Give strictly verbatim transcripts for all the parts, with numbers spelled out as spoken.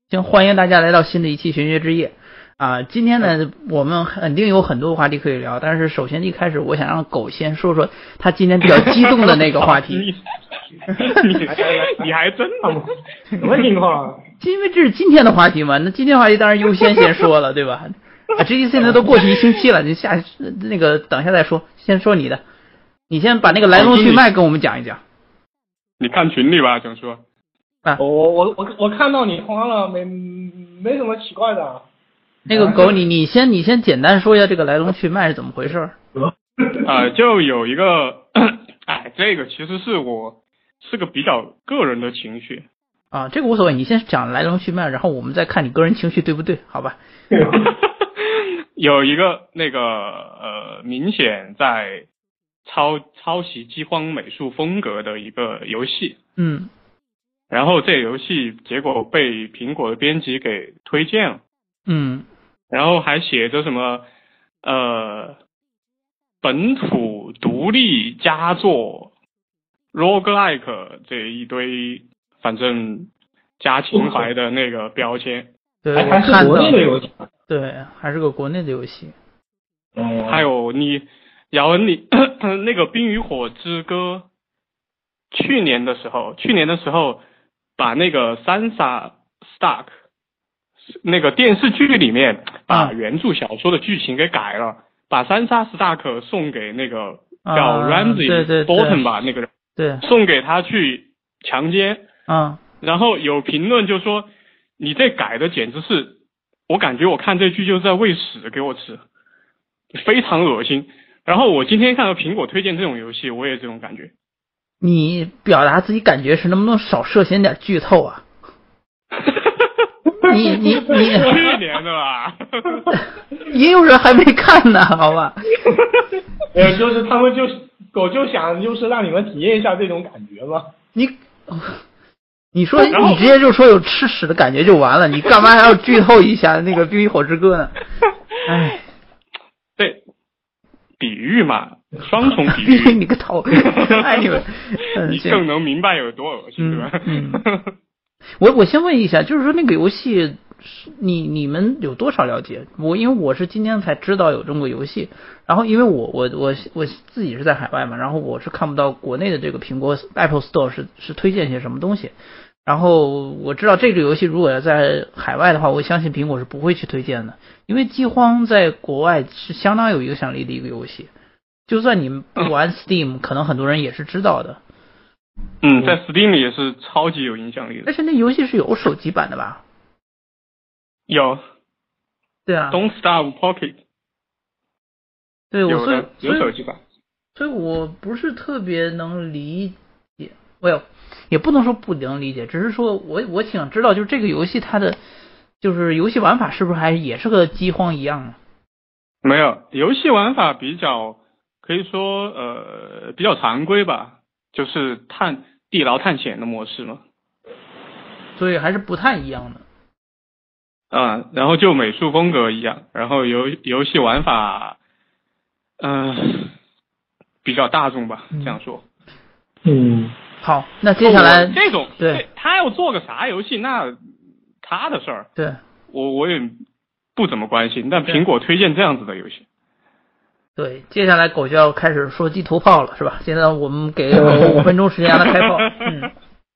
行，欢迎大家来到新的一期玄学之夜啊！今天呢，我们肯定有很多话题可以聊，但是首先一开始我想让狗先说说他今天比较激动的那个话题。 你你还真的吗？什么情况？ 因为这是今天的话题嘛，那今天话题当然优先先说了，对吧？啊 ，G D C 呢都过去一星期了，你下那个等一下再说，先说你的，你先把那个来龙去脉跟我们讲一讲。 你看群里吧，想说。 啊，我我我我看到你慌了，没没什么奇怪的。 那个狗，你你先你先简单说一下这个来龙去脉是怎么回事？ 啊、呃，就有一个，哎，这个其实是我是个比较个人的情绪。 啊，这个无所谓，你先讲来龙去脉，然后我们再看你个人情绪对不对？好吧。 有一个那个呃，明显在抄抄袭饥荒美术风格的一个游戏。 嗯。 然后这个游戏结果被苹果的编辑给推荐了， 嗯， 然后还写着什么呃本土独立佳作 roguelike 这一堆，反正加情怀的那个标签。 对， 还是国内的游戏。 对，还是个国内的游戏。 嗯，还有你姚文你那个《冰与火之歌》，去年的时候，去年的时候。把那个 Sansa Stark 那个电视剧里面把原著小说的剧情给改了，啊、把 Sansa Stark 送给那个叫 Ramsay Bolton 吧，那个人， 对， 送给他去强奸。 嗯， 然后有评论就说你这改的简直是，我感觉我看这剧就是在喂屎给我吃，非常恶心。然后我今天看到苹果推荐这种游戏，我也这种感觉。 你表达自己感觉是能不能少涉嫌点剧透啊？你你你去年的吧， 也有人还没看呢，好吧？ 呃，就是他们就是狗就想就是让你们体验一下这种感觉嘛。 你你说你直接就说有吃屎的感觉就完了，你干嘛还要剧透一下那个《冰与火之歌》呢？哎， 对，比喻嘛。双重比喻， 你个头！哎你们， 你更能明白有多恶心，对吧？ 嗯，嗯我我先问一下，就是说那个游戏，你你们有多少了解？我因为我是今天才知道有这么个游戏，然后因为我我我我自己是在海外嘛，然后我是看不到国内的这个苹果 Apple Store 是是推荐些什么东西，然后我知道这个游戏如果要在海外的话，我相信苹果是不会去推荐的，因为饥荒在国外是相当有影响力的一个游戏。就算你们不玩 Steam，、嗯、可能很多人也是知道的。 嗯，在 Steam 里也是超级有影响力的。 而且那游戏是有手机版的吧？ 有。 对啊。 Don't Starve Pocket。 对，我有的有手机版。 所以我不是特别能理解，我有也不能说不能理解，只是说我我想知道，就是这个游戏它的就是游戏玩法是不是还也是和饥荒一样呢？ 没有，游戏玩法比较可以说呃比较常规吧，就是探地牢探险的模式嘛， 所以还是不太一样的。 啊、嗯，然后就美术风格一样，然后游游戏玩法，嗯、呃，比较大众吧，这样说。 嗯， 好，那接下来这种对他要做个啥游戏，那他的事儿， 对， 我我也。不怎么关心，但苹果推荐这样子的游戏。 对，接下来狗就要开始说地图炮了，是吧？现在我们给狗五分钟时间让他开炮。嗯。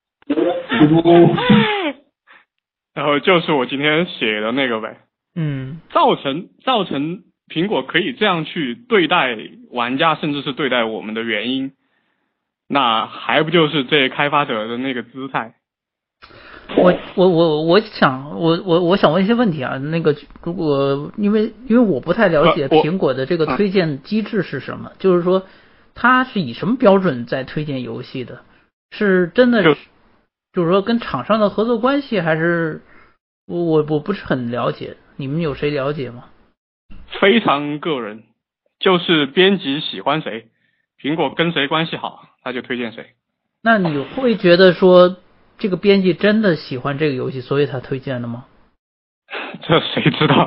然后就是我今天写的那个呗。 嗯。 造成造成苹果可以这样去对待玩家，甚至是对待我们的原因，那还不就是这些开发者的那个姿态？ 我我我我想我我我想问一些问题啊，那个如果因为因为我不太了解苹果的这个推荐机制是什么，就是说它是以什么标准在推荐游戏的？是真的是就是说跟厂商的合作关系，还是我我我不是很了解，你们有谁了解吗？ 非常个人，就是编辑喜欢谁，苹果跟谁关系好，他就推荐谁。 那你会觉得说？这个编辑真的喜欢这个游戏，所以他推荐的吗？ 这谁知道？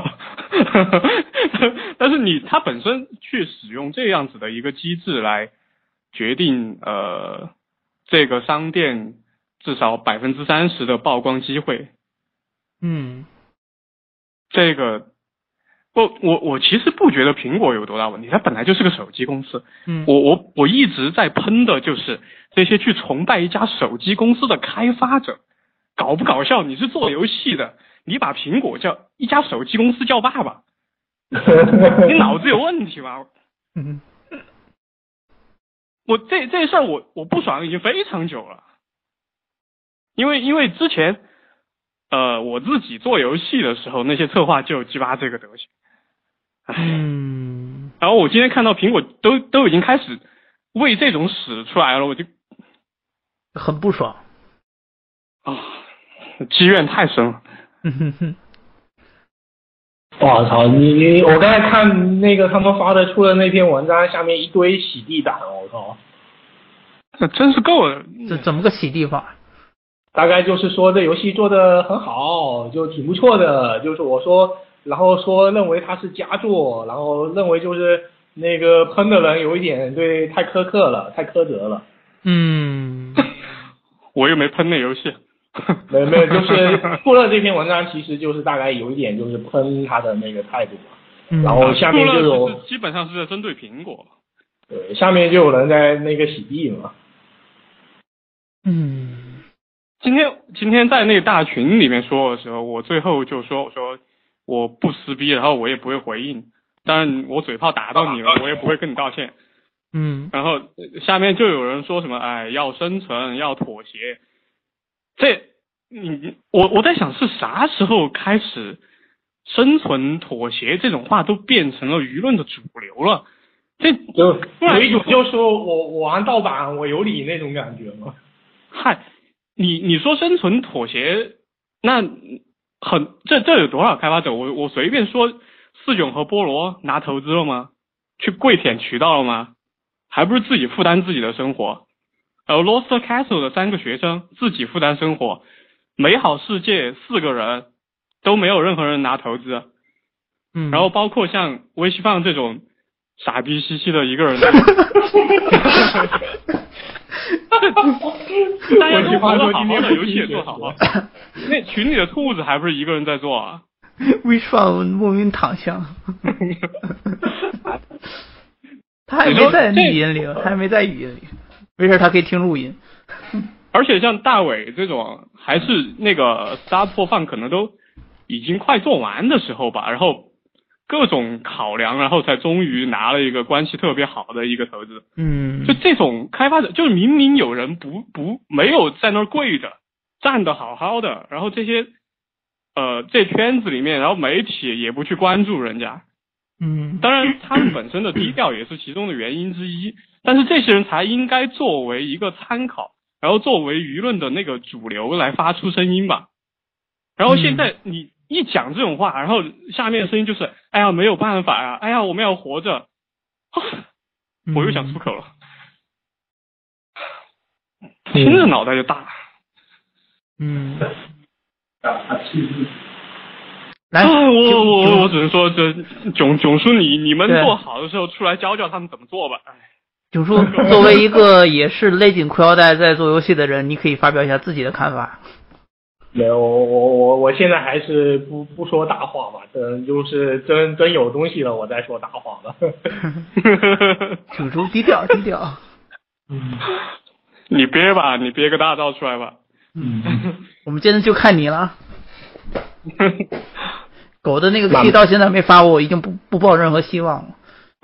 但是你他本身去使用这样子的一个机制来决定呃这个商店至少百分之三十的曝光机会， 嗯， 这个。不，我我其实不觉得苹果有多大问题，它本来就是个手机公司。 嗯， 我我我一直在喷的就是这些去崇拜一家手机公司的开发者，搞不搞笑？你是做游戏的，你把苹果叫一家手机公司叫爸爸，你脑子有问题吗？ 嗯， 我这这事儿我我不爽已经非常久了，因为因为之前呃我自己做游戏的时候，那些策划就鸡巴这个德行。 嗯， 然后我今天看到苹果都都已经开始喂这种屎出来了，我就很不爽啊，积怨太深了。 我操，你你我刚才看那个他们发的出的那篇文章，下面一堆洗地党，我操， 这真是够了。 这怎么个洗地法？ 大概就是说这游戏做的很好，就挺不错的，就是我说。然后说认为它是佳作，然后认为就是那个喷的人有一点对太苛刻了，太苛责了。 嗯， 我又没喷那游戏。 没有没有，就是出了这篇文章，其实就是大概有一点就是喷他的那个态度嘛。 嗯、 然后下面就有基本上是在针对苹果。 对，下面就有人在那个洗地嘛。 嗯， 今天今天在那个大群里面说的时候，我最后就说我说。我不撕逼，然后我也不会回应，但我嘴炮打到你了，我也不会跟你道歉。 嗯， 然后下面就有人说什么，哎，要生存，要妥协。这，你我我在想是啥时候开始，生存、妥协这种话都变成了舆论的主流了？这就有一种就说我我玩盗版我有理那种感觉吗？ 嗨，你你说生存妥协，那。很，这这有多少开发者？我我随便说，四囧和菠萝拿投资了吗？去跪舔渠道了吗？还不是自己负担自己的生活。然后 Lost Castle 的三个学生自己负担生活，美好世界四个人都没有任何人拿投资。 嗯， 然后包括像微西放这种傻逼兮兮的一个人。大家都活得好好的，游戏也做好好。那群里的兔子还不是一个人在做啊？ 微放莫名躺枪。他还没在语音里，他还没在语音里。没事，他可以听录音。 而且像大伟这种，还是那个 Star 破放可能都已经快做完的时候吧，然后各种考量，然后才终于拿了一个关系特别好的一个投资。 嗯， 就这种开发者，就是明明有人不不没有在那儿跪着，站得好好的，然后这些呃这圈子里面，然后媒体也不去关注人家。 嗯， 当然他们本身的低调也是其中的原因之一，但是这些人才应该作为一个参考，然后作为舆论的那个主流来发出声音吧。然后现在你一讲这种话，然后下面的声音就是哎呀没有办法呀，哎呀我们要活着，我又想出口了，听着脑袋就大。 嗯， 来，我我我只能说，这囧囧叔你你们做好的时候出来教教他们怎么做吧。 囧叔作为一个也是勒紧裤腰带在做游戏的人，你可以发表一下自己的看法。 没有，我我我我现在还是不不说大话吧，等就是真真有东西了，我再说大话吧。 囧叔低调低调。 嗯， 你憋吧，你憋个大招出来吧。 嗯，我们今天就看你了。狗的那个 K 到现在没发我，我已经不不抱任何希望了。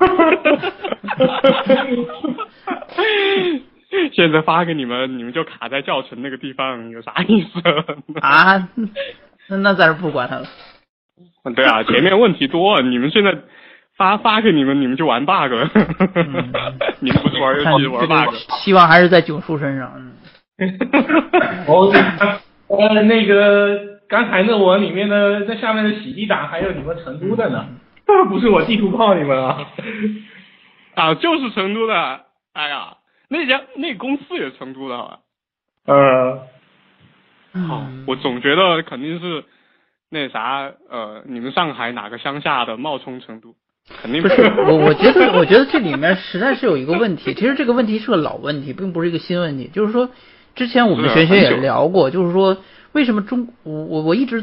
现在发给你们，你们就卡在教程那个地方，有啥意思啊？那那咱是不管他了。 对啊，前面问题多，你们现在发发给你们，你们就玩 bug 了。嗯、你们不是玩游戏玩 bug。 希望还是在囧叔身上。 哦，呃，那个刚才那文里面的在下面的洗地党还有你们成都的呢，不是我地图炮你们啊。 啊，就是成都的，哎呀。那家那公司也是成都的，好吧？ 呃， 好，我总觉得肯定是那啥，呃，你们上海哪个乡下的冒充成都，肯定不是。我我觉得，我觉得这里面实在是有一个问题。其实这个问题是个老问题，并不是一个新问题。就是说，之前我们玄学也聊过，就是说为什么中我我我一直都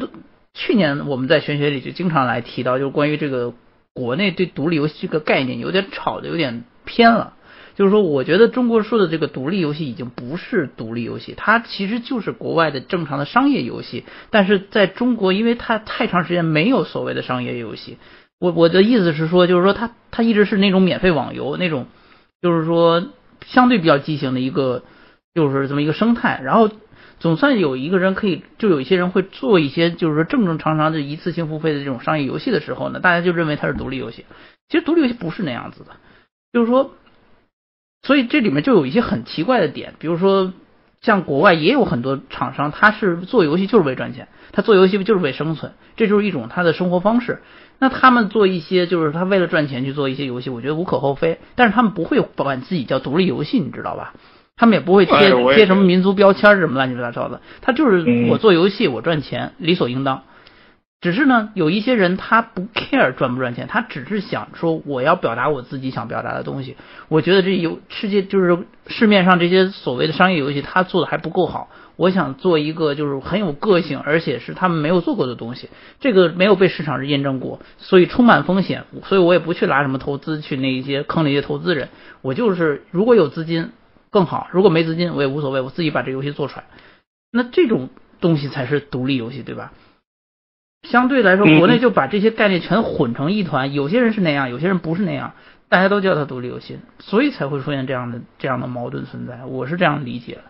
去年我们在玄学里就经常来提到，就是关于这个国内对独立游戏这个概念有点炒的有点偏了。就是说，我觉得中国说的这个独立游戏已经不是独立游戏，它其实就是国外的正常的商业游戏。但是在中国，因为它太长时间没有所谓的商业游戏，我我的意思是说，就是说它它一直是那种免费网游那种，就是说相对比较畸形的一个，就是这么一个生态。然后总算有一个人可以，就有一些人会做一些就是说正正常常的一次性付费的这种商业游戏的时候呢，大家就认为它是独立游戏。其实独立游戏不是那样子的，就是说。所以这里面就有一些很奇怪的点，比如说像国外也有很多厂商，他是做游戏就是为赚钱，他做游戏就是为生存，这就是一种他的生活方式。那他们做一些就是他为了赚钱去做一些游戏，我觉得无可厚非，但是他们不会管自己叫独立游戏，你知道吧？他们也不会贴贴什么民族标签什么乱七八糟的，他就是我做游戏我赚钱，理所应当。只是呢，有一些人他不 care 赚不赚钱，他只是想说我要表达我自己想表达的东西。我觉得这有世界就是市面上这些所谓的商业游戏，他做的还不够好。我想做一个就是很有个性，而且是他们没有做过的东西。这个没有被市场验证过，所以充满风险。所以我也不去拿什么投资去那一些坑那些投资人。我就是如果有资金更好，如果没资金我也无所谓，我自己把这游戏做出来。那这种东西才是独立游戏，对吧？相对来说，国内就把这些概念全混成一团，有些人是那样，有些人不是那样，大家都叫它独立游戏，所以才会出现这样的这样的矛盾存在。我是这样理解的。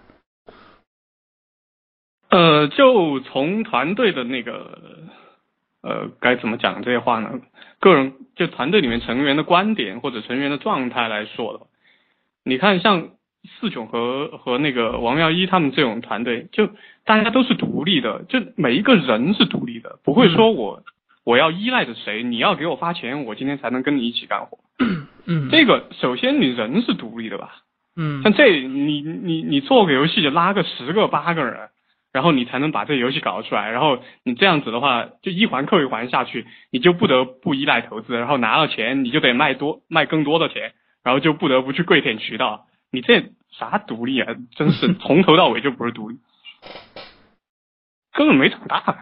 呃，就从团队的那个呃该怎么讲这些话呢？个人就团队里面成员的观点或者成员的状态来说的话，你看像四囧和和那个王妙一他们这种团队，就大家都是独立的，就每一个人是独立的，不会说我、嗯、我要依赖着谁，你要给我发钱，我今天才能跟你一起干活。 嗯， 这个首先你人是独立的吧？ 嗯， 像这你你你做个游戏就拉个十个八个人，然后你才能把这游戏搞出来，然后你这样子的话，就一环扣一环下去，你就不得不依赖投资，然后拿了钱你就得卖多卖更多的钱，然后就不得不去跪舔渠道。你这啥独立啊？真是从头到尾就不是独立，根本没长大。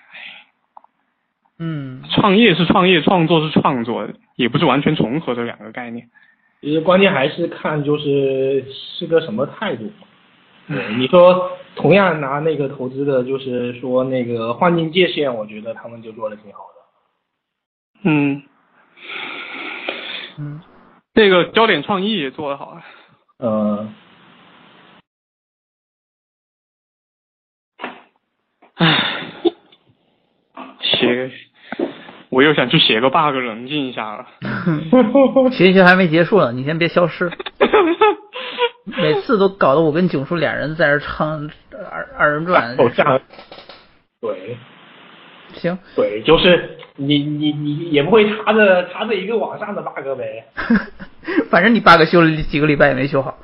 嗯， 创业是创业，创作是创作，也不是完全重合这两个概念。 其实关键还是看就是是个什么态度。对，你说同样拿那个投资的，就是说那个换境界限，我觉得他们就做的挺好的。 嗯嗯， 那个焦点创意也做得好啊。 嗯， 唉，写，我又想去写个 bug 冷静一下了。 学习还没结束呢，你先别消失。每次都搞得我跟囧叔俩人在这唱二二人转。 偶像。对。 行。 对，就是你你你也不会插着插着一个往上的 bug 呗。 反正你 bug 修了几个礼拜也没修好。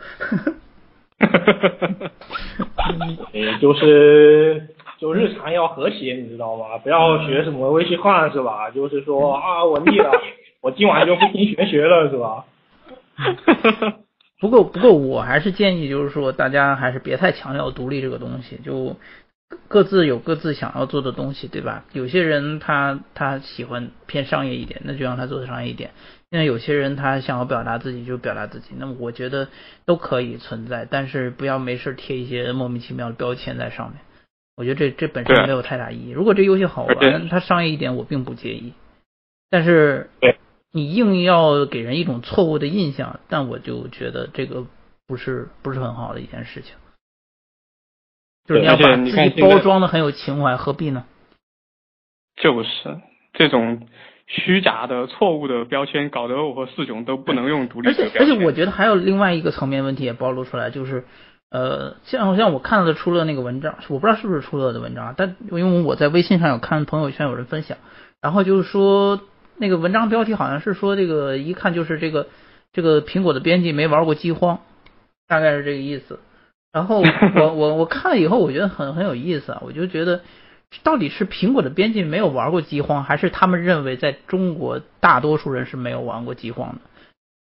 也就是就日常要和谐，你知道吗？不要学什么微信号是吧？就是说啊，我腻了，我今晚就不听玄学了是吧？ 不过不过我还是建议，就是说大家还是别太强调独立这个东西，就各自有各自想要做的东西，对吧？有些人他他喜欢偏商业一点，那就让他做商业一点。现在有些人他想要表达自己就表达自己，那么我觉得都可以存在，但是不要没事贴一些莫名其妙的标签在上面。我觉得这这本身没有太大意义。如果这游戏好玩，它商业一点我并不介意，但是你硬要给人一种错误的印象，但我就觉得这个不是不是很好的一件事情。就是你要把自己包装的很有情怀，何必呢？ 就是这种虚假的错误的标签，搞得我和四囧都不能用独立的标签。 而且而且我觉得还有另外一个层面问题也暴露出来，就是呃，像像我看到的出了那个文章，我不知道是不是出了的文章，但因为我在微信上有看朋友圈有人分享，然后就是说那个文章标题好像是说这个一看就是这个这个苹果的编辑没玩过饥荒，大概是这个意思。然后我我我看了以后，我觉得很很有意思啊，我就觉得到底是苹果的编辑没有玩过饥荒，还是他们认为在中国大多数人是没有玩过饥荒的？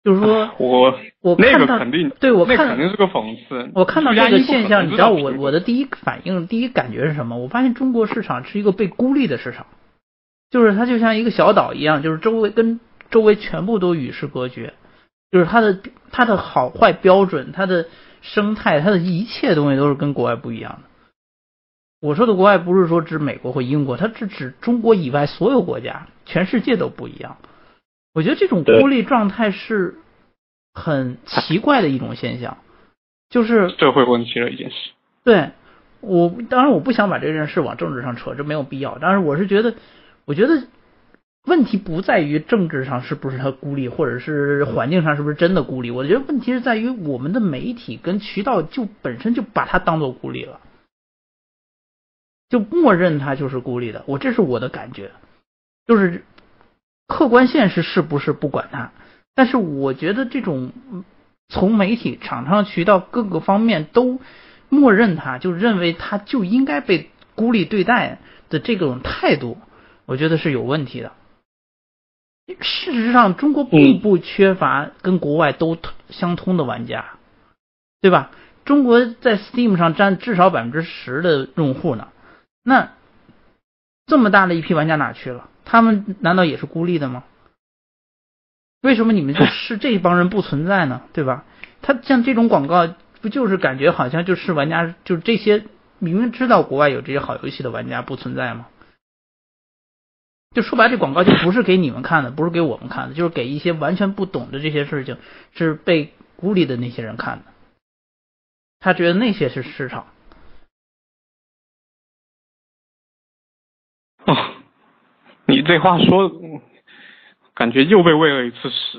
就是说， 我我看到那个肯定， 对我看那肯定是个讽刺。 我看到这个现象，你知道我我我的第一反应、第一感觉是什么？我发现中国市场是一个被孤立的市场，就是它就像一个小岛一样，就是周围跟周围全部都与世隔绝，就是它的它的好坏标准、它的生态、它的一切东西都是跟国外不一样的。我说的国外不是说指美国或英国，它是指中国以外所有国家，全世界都不一样。我觉得这种孤立状态是很奇怪的一种现象，就是社会问题的一件事。 对，我当然我不想把这件事往政治上扯，这没有必要。但是我是觉得，我觉得问题不在于政治上是不是他孤立，或者是环境上是不是真的孤立。我觉得问题是在于我们的媒体跟渠道就本身就把它当做孤立了，就默认它就是孤立的。我这是我的感觉，就是客观现实是不是不管它，但是我觉得这种从媒体、厂商、渠道各个方面都默认它，就认为它就应该被孤立对待的这种态度，我觉得是有问题的。事实上，中国并不缺乏跟国外都相通的玩家，对吧？中国在 Steam 上占至少百分之十的用户呢，那这么大的一批玩家哪去了？他们难道也是孤立的吗？为什么你们就是这帮人不存在呢？对吧？他像这种广告，不就是感觉好像就是玩家，就是这些明明知道国外有这些好游戏的玩家不存在吗？就说白了，这广告就不是给你们看的，不是给我们看的，就是给一些完全不懂的这些事情是被孤立的那些人看的。他觉得那些是市场。 哦，你这话说，感觉又被喂了一次屎。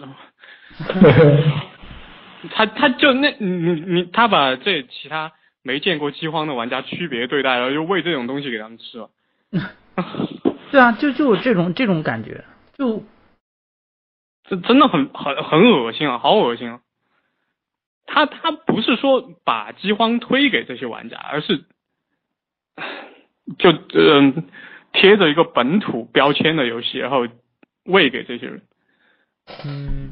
他他就那你你他把这其他没见过饥荒的玩家区别对待了，又喂这种东西给他们吃了。 对啊，就就有这种这种感觉，就这真的很很很恶心啊，好恶心啊！他他不是说把饥荒推给这些玩家，而是就嗯、呃、贴着一个本土标签的游戏，然后喂给这些人。 嗯，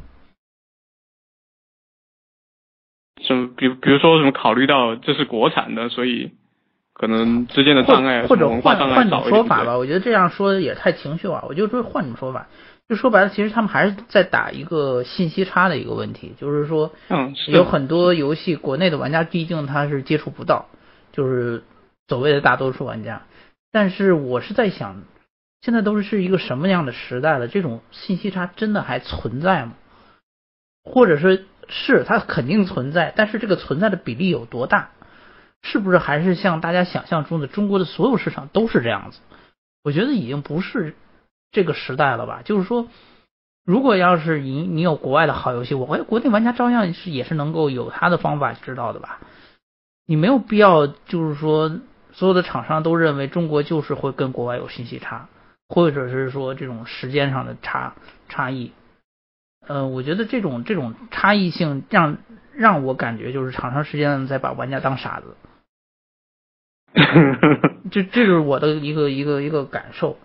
什么比如比如说什么考虑到这是国产的，所以可能之间的障碍或者文化障碍换种说法吧， 吧，我觉得这样说也太情绪化。我就说换种说法，就说白了，其实他们还是在打一个信息差的一个问题，就是说， 嗯，是有很多游戏国内的玩家毕竟他是接触不到，就是所谓的大多数玩家。但是我是在想，现在都是一个什么样的时代了？这种信息差真的还存在吗？或者是是它肯定存在，但是这个存在的比例有多大？是不是还是像大家想象中的中国的所有市场都是这样子？我觉得已经不是这个时代了吧。就是说，如果要是你你有国外的好游戏，我国内玩家照样是也是能够有他的方法知道的吧。你没有必要就是说所有的厂商都认为中国就是会跟国外有信息差，或者是说这种时间上的差差异。呃，我觉得这种这种差异性让让我感觉就是长长时间在把玩家当傻子。这这是我的一个一个一个感受。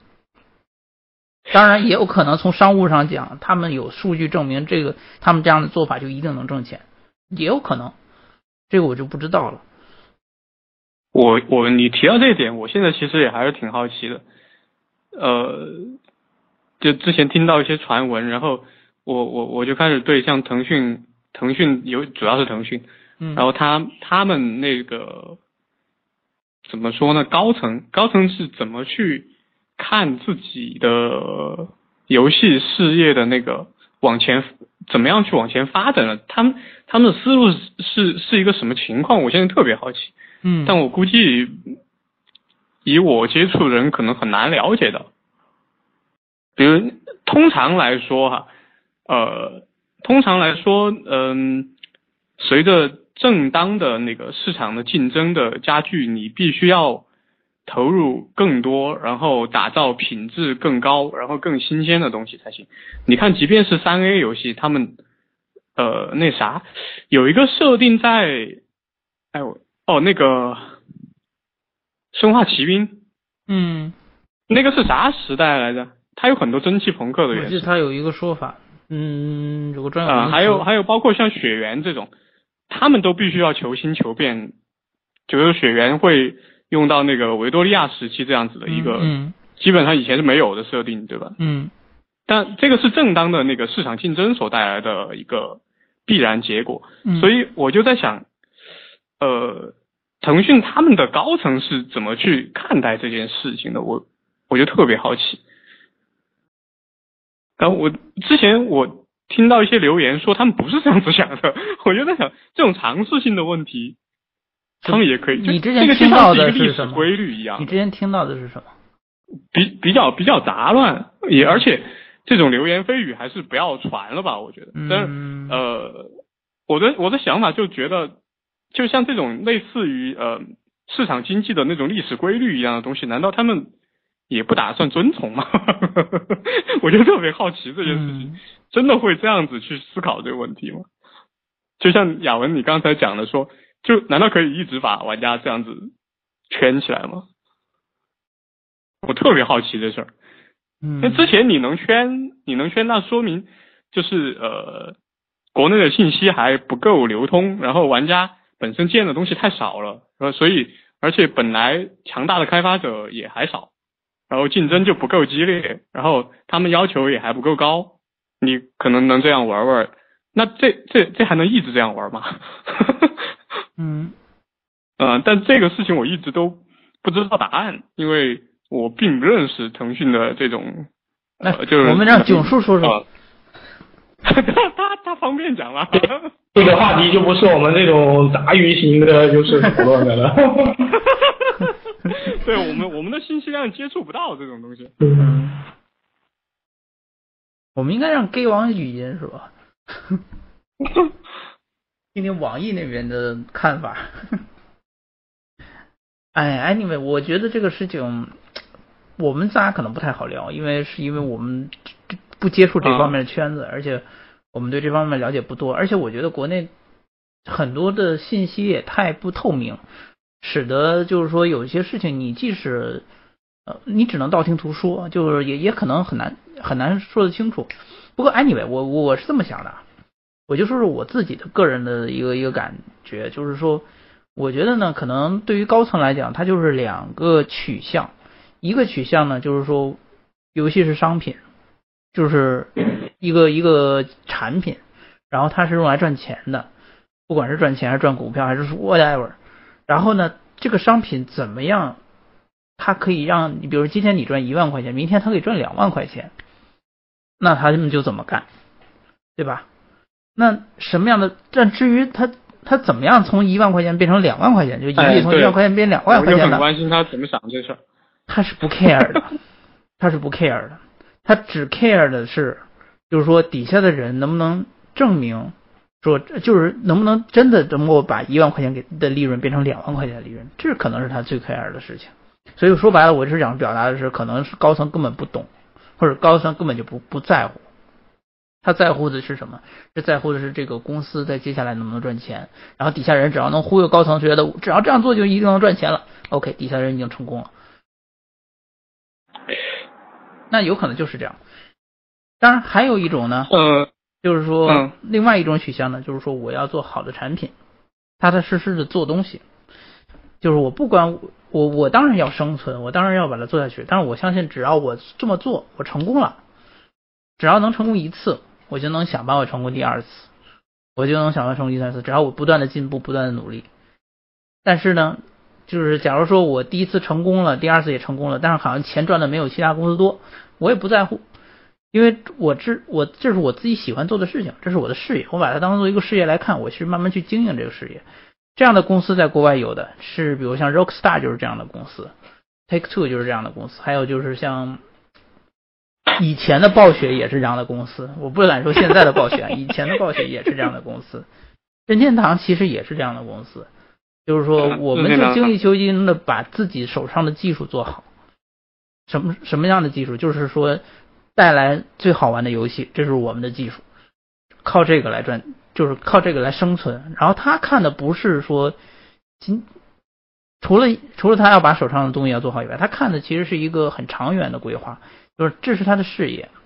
当然也有可能从商务上讲，他们有数据证明这个他们这样的做法就一定能挣钱，也有可能，这个我就不知道了。 我我你提到这一点，我现在其实也还是挺好奇的。呃，就之前听到一些传闻，然后我我我就开始对像腾讯腾讯有主要是腾讯， 嗯， 然后他他们那个怎么说呢？高层高层是怎么去看自己的游戏事业的那个往前怎么样去往前发展的？他们他们的思路是是一个什么情况？我现在特别好奇。 嗯， 但我估计以我接触的人可能很难了解到。比如通常来说哈，呃，通常来说，嗯、呃，随着正当的那个市场的竞争的加剧，你必须要投入更多，然后打造品质更高，然后更新鲜的东西才行。你看，即便是三 A 游戏，他们呃那啥有一个设定在，哎我哦那个生化奇兵， 嗯， 那个是啥时代来着？它有很多蒸汽朋克的元素。 我记得它有一个说法， 嗯，有个专有啊、 名词。 还有还有包括像血缘这种，他们都必须要求新求变，就是血缘会用到那个维多利亚时期这样子的一个， 嗯， 基本上以前是没有的设定，对吧？ 嗯。 但这个是正当的那个市场竞争所带来的一个必然结果， 嗯、 所以我就在想，呃，腾讯他们的高层是怎么去看待这件事情的？我我就特别好奇。然后我之前我听到一些留言说他们不是这样子想的，我就在想这种尝试性的问题，他们也可以。 你之前听到的是什么？ 规律一样。 你之前听到的是什么？ 比比较比较杂乱，也而且这种流言蜚语还是不要传了吧，我觉得。但是、 嗯、 呃，我的我的想法就觉得，就像这种类似于呃市场经济的那种历史规律一样的东西，难道他们也不打算遵从吗？我就特别好奇这件事情， 嗯、 真的会这样子去思考这个问题吗？就像雅文你刚才讲的说，就难道可以一直把玩家这样子圈起来吗？我特别好奇这事儿。 嗯， 那之前你能圈，你能圈，那说明就是呃，国内的信息还不够流通，然后玩家本身见的东西太少了，呃，所以而且本来强大的开发者也还少，然后竞争就不够激烈，然后他们要求也还不够高，你可能能这样玩玩，那这这这还能一直这样玩吗？ 嗯， 呃，但这个事情我一直都不知道答案，因为我并不认识腾讯的这种，呃，就是我们让囧叔说说。 他他他方便讲吗？ 这个话题就不是我们这种杂鱼型的，就是讨论的了。 对我们我们的信息量接触不到这种东西。 嗯，我们应该让 gay 王语音是吧？听听网易那边的看法。哎 ，anyway， 我觉得这个事情我们仨可能不太好聊，因为是因为我们不接触这方面的圈子，啊、而且我们对这方面了解不多，而且我觉得国内很多的信息也太不透明，使得就是说有一些事情你即使呃你只能道听途说，就是也也可能很难很难说得清楚。不过 anyway， 我我是这么想的，我就说说我自己的个人的一个一个感觉，就是说。我觉得呢，可能对于高层来讲，它就是两个取向。一个取向呢，就是说，游戏是商品，就是一个一个产品，然后它是用来赚钱的，不管是赚钱还是赚股票还是 whatever。然后呢，这个商品怎么样，它可以让你，比如今天你赚一万块钱，明天它可以赚两万块钱，那他们就怎么干，对吧？那什么样的？但至于他。他怎么样从一万块钱变成两万块钱，就盈利从一万块钱变两万块钱的？ 我就很关心他怎么想这事儿。 他是不 care 的，他是不 care 的，他只 care 的是，就是说底下的人能不能证明，说就是能不能真的能够把一万块钱给的利润变成两万块钱的利润，这可能是他最 care 的事情。所以说白了，我是想表达的是，可能是高层根本不懂，或者高层根本就不不在乎。他在乎的是什么？是在乎的是这个公司在接下来能不能赚钱，然后底下人只要能忽悠高层，觉得只要这样做就一定能赚钱了 ，OK， 底下人已经成功了。那有可能就是这样。当然还有一种呢， 呃， 就是说、 嗯、 另外一种取向呢，就是说我要做好的产品，踏踏实实的做东西。就是我不管我我当然要生存，我当然要把它做下去，但是我相信只要我这么做，我成功了，只要能成功一次。我就能想办法成功第二次，我就能想办法成功第三次，只要我不断的进步，不断的努力。但是呢，就是假如说我第一次成功了，第二次也成功了，但是好像钱赚的没有其他公司多，我也不在乎，因为我这我这是我自己喜欢做的事情，这是我的事业，我把它当做一个事业来看，我去慢慢去经营这个事业。这样的公司在国外有的是，比如像 Rockstar 就是这样的公司， Take Two 就是这样的公司，还有就是像以前的暴雪也是这样的公司，我不敢说现在的暴雪，以前的暴雪也是这样的公司。任天堂其实也是这样的公司，就是说我们就精益求精的把自己手上的技术做好。什么什么样的技术？就是说带来最好玩的游戏，这是我们的技术，靠这个来赚，就是靠这个来生存。然后他看的不是说今除了除了他要把手上的东西要做好以外，他看的其实是一个很长远的规划。就是这是他的事业，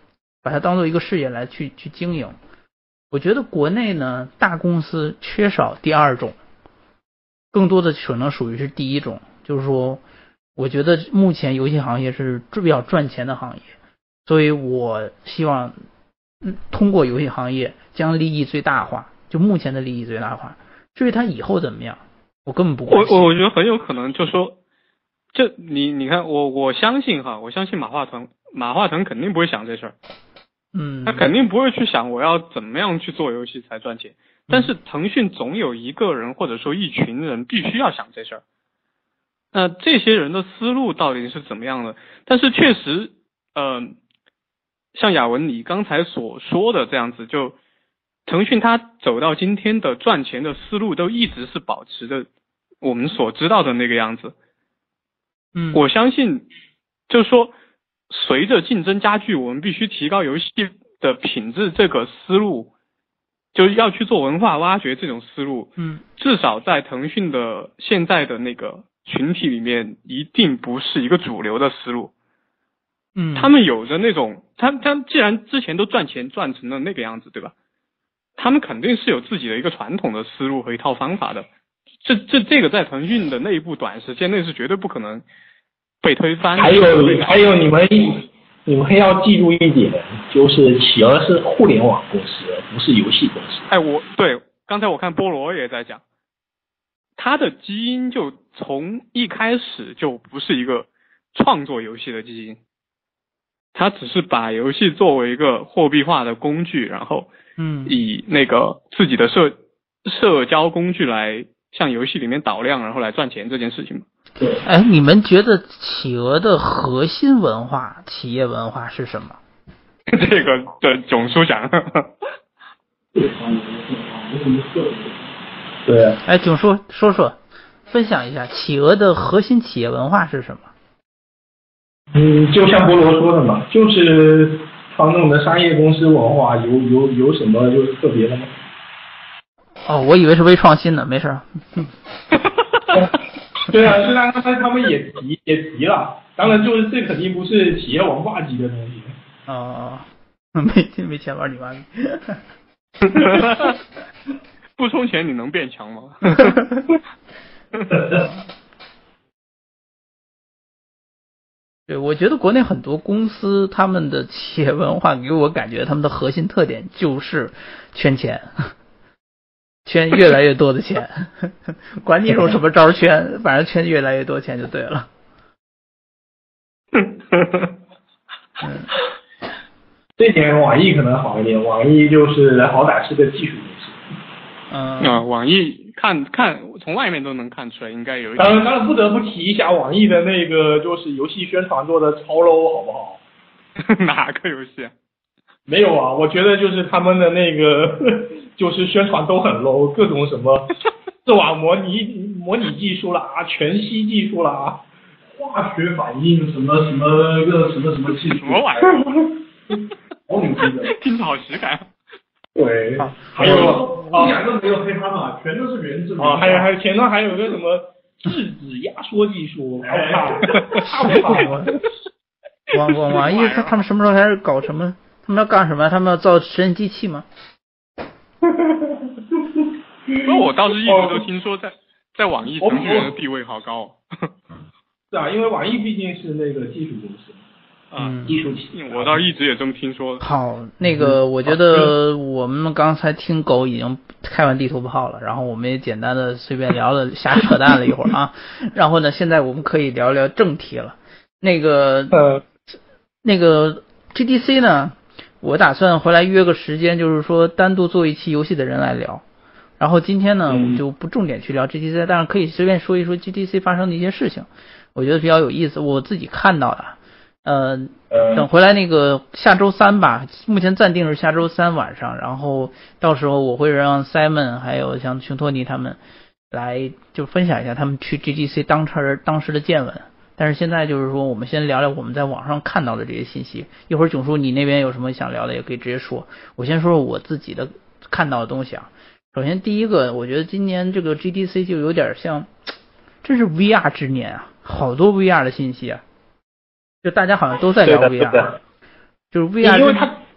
把它当做一个事业来去去经营。我觉得国内呢，大公司缺少第二种，更多的可能属于是第一种，就是说，我觉得目前游戏行业是比较赚钱的行业，所以我希望，嗯，通过游戏行业将利益最大化，就目前的利益最大化。至于它以后怎么样，我根本不关心。 我我觉得很有可能就说，这你你看我我相信哈，我相信马化腾马化腾肯定不会想这事儿， 嗯， 他肯定不会去想我要怎么样去做游戏才赚钱。但是腾讯总有一个人或者说一群人必须要想这事儿。那这些人的思路到底是怎么样的？但是确实，呃，像雅文你刚才所说的这样子，就腾讯它走到今天的赚钱的思路都一直是保持着我们所知道的那个样子。 嗯， 我相信，就是说，随着竞争加剧，我们必须提高游戏的品质，这个思路，就是要去做文化挖掘这种思路。 嗯， 至少在腾讯的现在的那个群体里面，一定不是一个主流的思路。 嗯， 他们有着那种，他他既然之前都赚钱赚成了那个样子，对吧？他们肯定是有自己的一个传统的思路和一套方法的。这这这个在腾讯的内部短时间内是绝对不可能被推翻。 还有还有你们你们要记住一点，就是企鹅是互联网公司，不是游戏公司。 哎，我对刚才我看菠萝也在讲，它的基因就从一开始就不是一个创作游戏的基因，它只是把游戏作为一个货币化的工具，然后嗯以那个自己的社社交工具来向游戏里面导量，然后来赚钱这件事情。 对， 哎，你们觉得企鹅的核心文化、企业文化是什么？ 这个的囧叔讲。 对， 哎，囧叔说说，分享一下企鹅的核心企业文化是什么？ 嗯，就像菠萝说的嘛，就是传统的商业公司文化，有有有什么就是特别的吗？ 哦，我以为是微创新呢，没事。 对啊，虽然他他们也提也提了，当然就是这肯定不是企业文化级的东西。 哦，没没钱玩你妈逼！ 不充钱你能变强吗？ 对，我觉得国内很多公司他们的企业文化给我感觉他们的核心特点就是圈钱，圈越来越多的钱，管你用什么招圈，反正圈越来越多钱就对了。嗯， 这点网易可能好一点，网易就是好歹是个技术公司。 嗯啊，网易看看从外面都能看出来，应该有一点。 当然，当然不得不提一下网易的那个就是游戏宣传做的超 low， 好不好？ 哪个游戏啊？ 没有啊，我觉得就是他们的那个就是宣传都很 low， 各种什么视网模拟模拟技术啦，全息技术啦，化学反应什么什么个什么什么技术， 什么玩意儿？ 好牛逼的， 听着好实感。 对，还有一点都没有黑他嘛，全都是原汁原味。 啊，还有还有前段还有个什么质子压缩技术，怕不怕？怕不怕？ 网网网易他他们什么时候开始搞什么？他们要干什么？他们要造实验机器吗？ 那我倒是一直都听说在在网易程序员的地位好高。 是啊，因为网易毕竟是那个技术公司。 嗯， 技术企我倒一直也这么听说。 好，那个我觉得我们刚才听狗已经开完地图炮了，然后我们也简单的随便聊了瞎扯淡了一会儿啊，然后呢，现在我们可以聊聊正题了。那个呃， 那个 G D C 呢，我打算回来约个时间，就是说单独做一期游戏的人来聊。然后今天呢，我们就不重点去聊 G D C， 但是可以随便说一说 G D C 发生的一些事情，我觉得比较有意思，我自己看到的。呃，等回来那个下周三吧，目前暂定是下周三晚上，然后到时候我会让 Simon 还有像熊托尼他们来就分享一下他们去 G D C 当时当时的见闻。但是现在就是说，我们先聊聊我们在网上看到的这些信息。一会儿囧叔你那边有什么想聊的，也可以直接说。我先说说我自己的看到的东西啊。首先第一个，我觉得今年这个 G D C 就有点像，真是 V R 之年啊，好多 V R 的信息啊。就大家好像都在聊 V R， 就是 V R， 因为它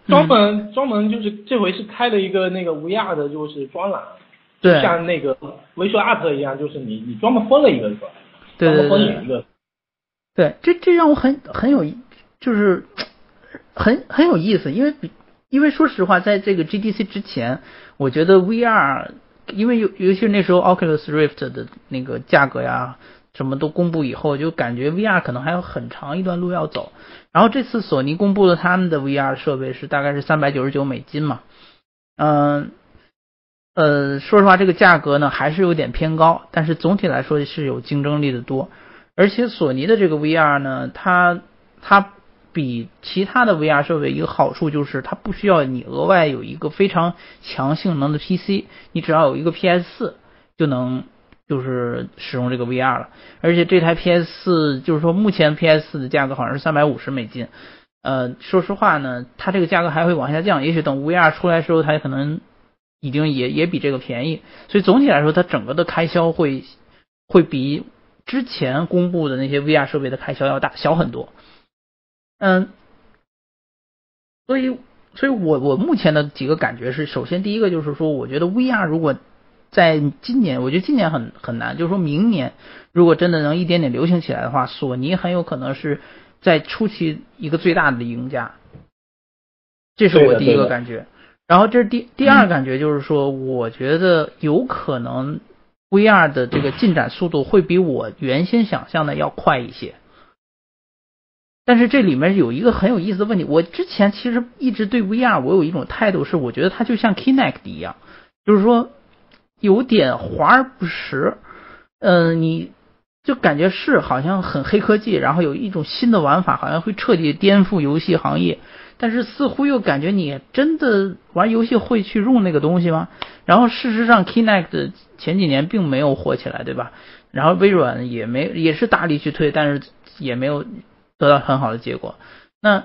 专门专门就是这回是开了一个那个 V R 的就是专栏， 对， 像那个 Visual Art 一样，就是你你专门分了一个出来， 对对对， 专门分了一个。 对，这这让我很很有就是很很有意思，因为因为说实话，在这个 G D C 之前，我觉得 V R， 因为尤尤其是那时候 Oculus Rift 的那个价格呀什么都公布以后，就感觉 V R 可能还有很长一段路要走。然后这次索尼公布了他们的 V R 设备是大概是三百九十九美金嘛，嗯呃说实话这个价格呢还是有点偏高，但是总体来说是有竞争力的多。而且索尼的这个 V R 呢，它它比其他的 V R 设备一个好处就是它不需要你额外有一个非常强性能的 P C， 你只要有一个 P S 四 就能就是使用这个 V R 了。而且这台 P S 四 就是说目前 P S 四 的价格好像是三百五十美金，呃说实话呢它这个价格还会往下降，也许等 V R 出来的时候它可能已经也也比这个便宜，所以总体来说它整个的开销会会比之前公布的那些 V R 设备的开销要大小很多。嗯，所以所以我我目前的几个感觉是，首先第一个就是说，我觉得 V R 如果在今年，我觉得今年很很难，就是说明年如果真的能一点点流行起来的话，索尼很有可能是在初期一个最大的赢家，这是我第一个感觉。然后这是第第二感觉就是说，我觉得有可能 V R 的这个进展速度会比我原先想象的要快一些。但是这里面有一个很有意思的问题，我之前其实一直对 V R 我有一种态度是，我觉得它就像 Kinect 一样，就是说有点华而不实，嗯、呃，你就感觉是好像很黑科技，然后有一种新的玩法，好像会彻底颠覆游戏行业，但是似乎又感觉你真的玩游戏会去用那个东西吗？然后事实上 Kinect 前几年并没有火起来，对吧？然后微软也没也是大力去推，但是也没有得到很好的结果。那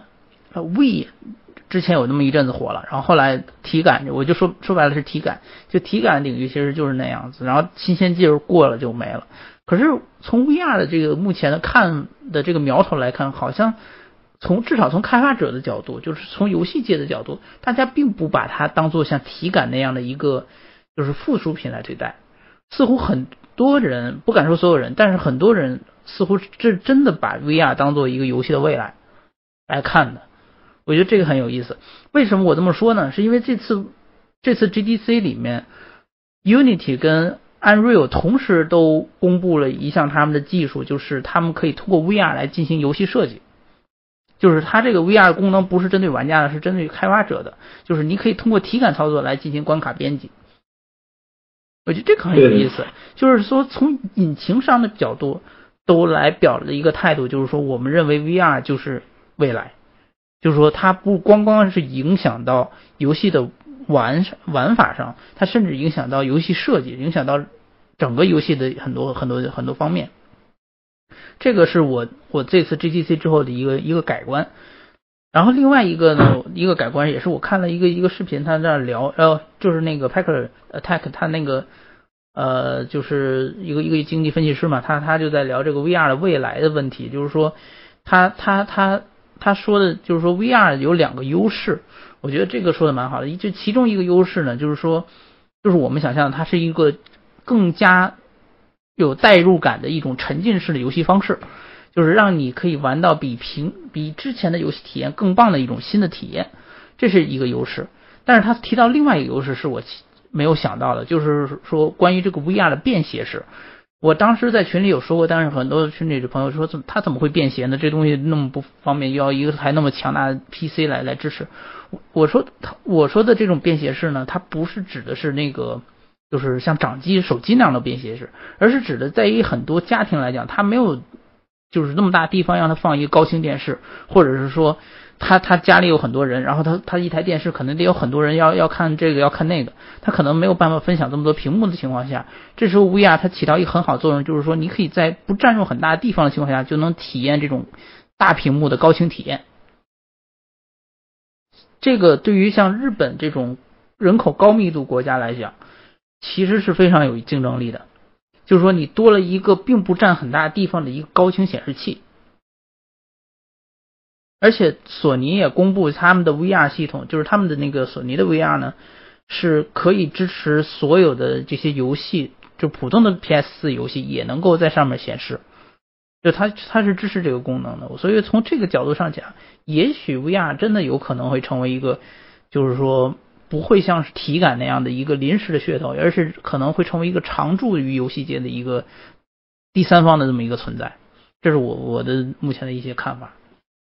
Wii 之前有那么一阵子火了，然后后来体感，我就说说白了是体感，就体感领域其实就是那样子，然后新鲜劲儿过了就没了。可是从 V R 的这个目前的看的这个苗头来看，好像从至少从开发者的角度，就是从游戏界的角度，大家并不把它当做像体感那样的一个就是附属品来对待。似乎很多人，不敢说所有人，但是很多人似乎是真的把 V R 当做一个游戏的未来来看的。我觉得这个很有意思。为什么我这么说呢？是因为这次这次 G D C 里面 Unity 跟 Unreal 同时都公布了一项他们的技术，就是他们可以通过 V R 来进行游戏设计。就是它这个 V R 功能不是针对玩家的，是针对开发者的，就是你可以通过体感操作来进行关卡编辑。我觉得这个很有意思，就是说从引擎上的角度都来表了一个态度，就是说我们认为 V R 就是未来，就是说它不光光是影响到游戏的玩玩法上，它甚至影响到游戏设计，影响到整个游戏的很多很多很多方面。这个是我我这次 G D C 之后的一个一个改观。然后另外一个呢，一个改观也是我看了一个一个视频，他在那聊，呃，就是那个 Packer Attack， 他那个呃，就是一个一个经济分析师嘛，他他就在聊这个 V R 的未来的问题，就是说他他他他说的就是说 V R 有两个优势，我觉得这个说的蛮好的。就其中一个优势呢，就是说就是我们想象它是一个更加有代入感的一种沉浸式的游戏方式。就是让你可以玩到比平比之前的游戏体验更棒的一种新的体验，这是一个优势。但是他提到另外一个优势是我没有想到的，就是说关于这个 V R 的便携式。我当时在群里有说过，但是很多群里的朋友说，怎么他怎么会便携呢？这东西那么不方便，要一个台那么强大的 P C 来来支持。我说我说的这种便携式呢，它不是指的是那个就是像掌机、手机那样的便携式，而是指的在于很多家庭来讲，它没有就是那么大地方让他放一个高清电视，或者是说他他家里有很多人，然后他他一台电视可能得有很多人要要看这个要看那个，他可能没有办法分享这么多屏幕的情况下，这时候 V R 它起到一个很好作用，就是说你可以在不占用很大的地方的情况下就能体验这种大屏幕的高清体验。这个对于像日本这种人口高密度国家来讲，其实是非常有竞争力的。就是说你多了一个并不占很大地方的一个高清显示器， 而且索尼也公布他们的 V R 系统，就是他们的那个索尼的 V R 呢，是可以支持所有的这些游戏，就普通的 P S 四 游戏也能够在上面显示，就它它是支持这个功能的。所以从这个角度上讲，也许 V R 真的有可能会成为一个，就是说不会像是体感那样的一个临时的噱头，而是可能会成为一个常驻于游戏界的一个第三方的这么一个存在。这是我我的目前的一些看法。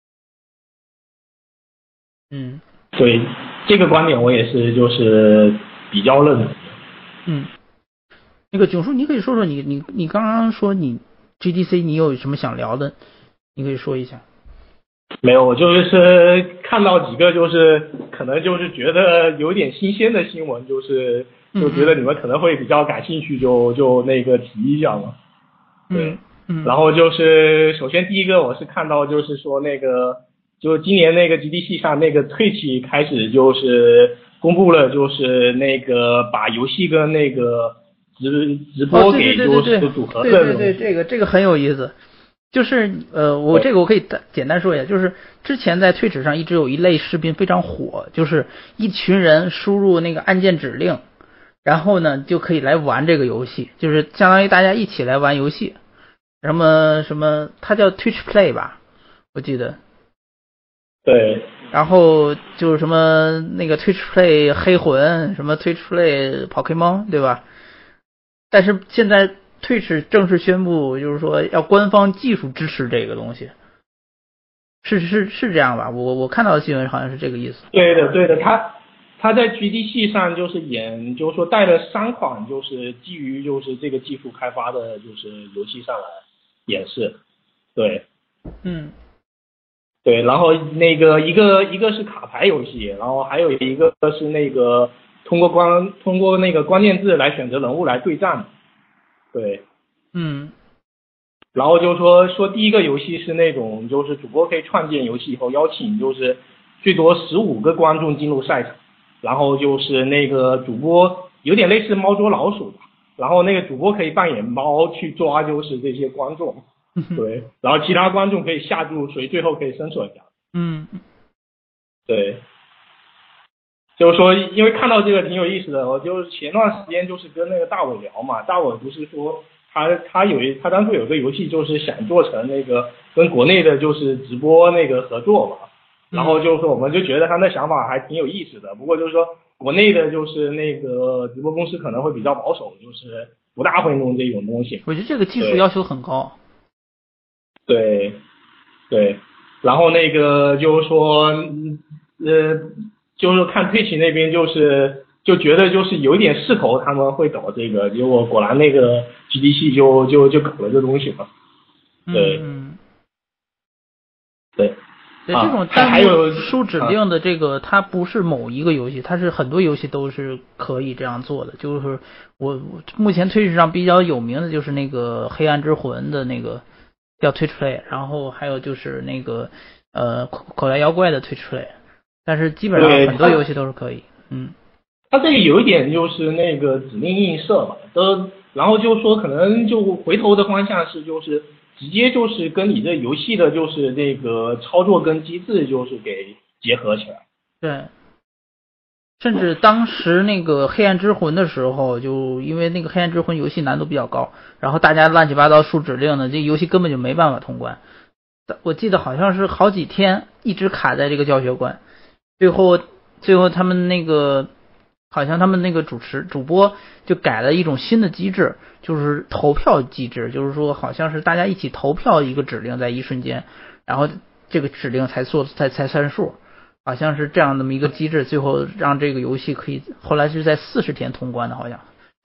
嗯， 对，这个观点我也是就是比较认同。 嗯，那个囧叔，你可以说说你你你刚刚说你 G D C 你有什么想聊的，你可以说一下。 没有，我就是看到几个就是可能就是觉得有点新鲜的新闻，就是就觉得你们可能会比较感兴趣，就就那个提一下嘛。对， 嗯， 然后就是首先第一个我是看到就是说那个就今年那个 G D C 上那个 Twitch 开始就是公布了，就是那个把游戏跟那个直直播给就是组合的。 对对对，这个这个很有意思。就是呃，我这个我可以简单说一下，就是之前在Twitch上一直有一类视频非常火，就是一群人输入那个按键指令，然后呢就可以来玩这个游戏，就是相当于大家一起来玩游戏。什么什么，它叫 Twitch Play 吧，我记得。 对。 然后就是什么那个 Twitch Play 黑魂，什么 Twitch Play 跑 Pokemon， 对吧？但是现在Twitch 正式宣布，就是说要官方技术支持这个东西，是是是这样吧？我我看到的新闻好像是这个意思。 对的对的，他他在 G D C 上就是演，就是说带了三款，就是基于就是这个技术开发的，就是游戏上来演示。对， 嗯， 对，然后那个一个一个是卡牌游戏，然后还有一个是那个通过关通过那个关键字来选择人物来对战。对， 嗯， 然后就说说第一个游戏是那种就是主播可以创建游戏以后邀请就是最多十五个观众进入赛场，然后就是那个主播有点类似猫捉老鼠吧，然后那个主播可以扮演猫去抓就是这些观众，对，然后其他观众可以下注谁最后可以生存下。 嗯， 对。就是说，因为看到这个挺有意思的，我就是前段时间就是跟那个大伟聊嘛，大伟不是说他他有一他当初有个游戏就是想做成那个跟国内的就是直播那个合作嘛，然后就是说我们就觉得他那想法还挺有意思的，不过就是说国内的就是那个直播公司可能会比较保守，就是不大会弄这种东西。 我觉得这个技术要求很高。 对对，然后那个就是说呃。就是看Twitch那边就是就觉得就是有一点势头他们会搞这个，结果果然那个 G D C 就就就搞了这东西嘛。对， 嗯， 对， 对，这种单独输指令的这个，啊、它不是某一个游戏，它是很多游戏都是可以这样做的。就是我目前Twitch上比较有名的就是那个黑暗之魂的那个叫 Twitch Play， 然后还有就是那个呃口袋妖怪的 Twitch Play。但是基本上很多游戏都是可以，嗯， 它这个有一点就是那个指令映射嘛，都，然后就说可能就回头的方向是就是直接就是跟你这游戏的就是那个操作跟机制就是给结合起来。 对，甚至当时那个黑暗之魂的时候，就因为那个黑暗之魂游戏难度比较高，然后大家乱七八糟输指令呢，这游戏根本就没办法通关。我记得好像是好几天一直卡在这个教学关。最后，最后他们那个好像他们那个主持主播就改了一种新的机制，就是投票机制，就是说好像是大家一起投票一个指令在一瞬间，然后这个指令才做才才算数，好像是这样那么一个机制，最后让这个游戏可以后来是在四十天通关的，好像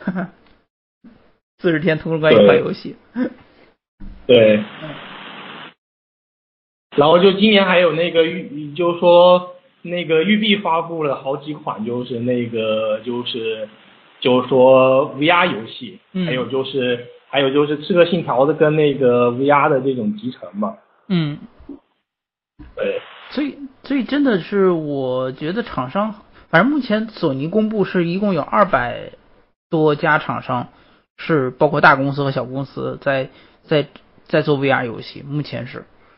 四十天通关一款游戏。 对。然后就今年还有那个预，就是说。那个育碧发布了好几款，就是那个就是就是说 V R 游戏， 嗯、 还有就是还有就是刺客信条的跟那个 V R 的这种集成嘛。 嗯， 对。 所以所以真的是我觉得厂商，反正目前索尼公布是一共有二百多家厂商，是包括大公司和小公司在在在做 V R 游戏，目前是。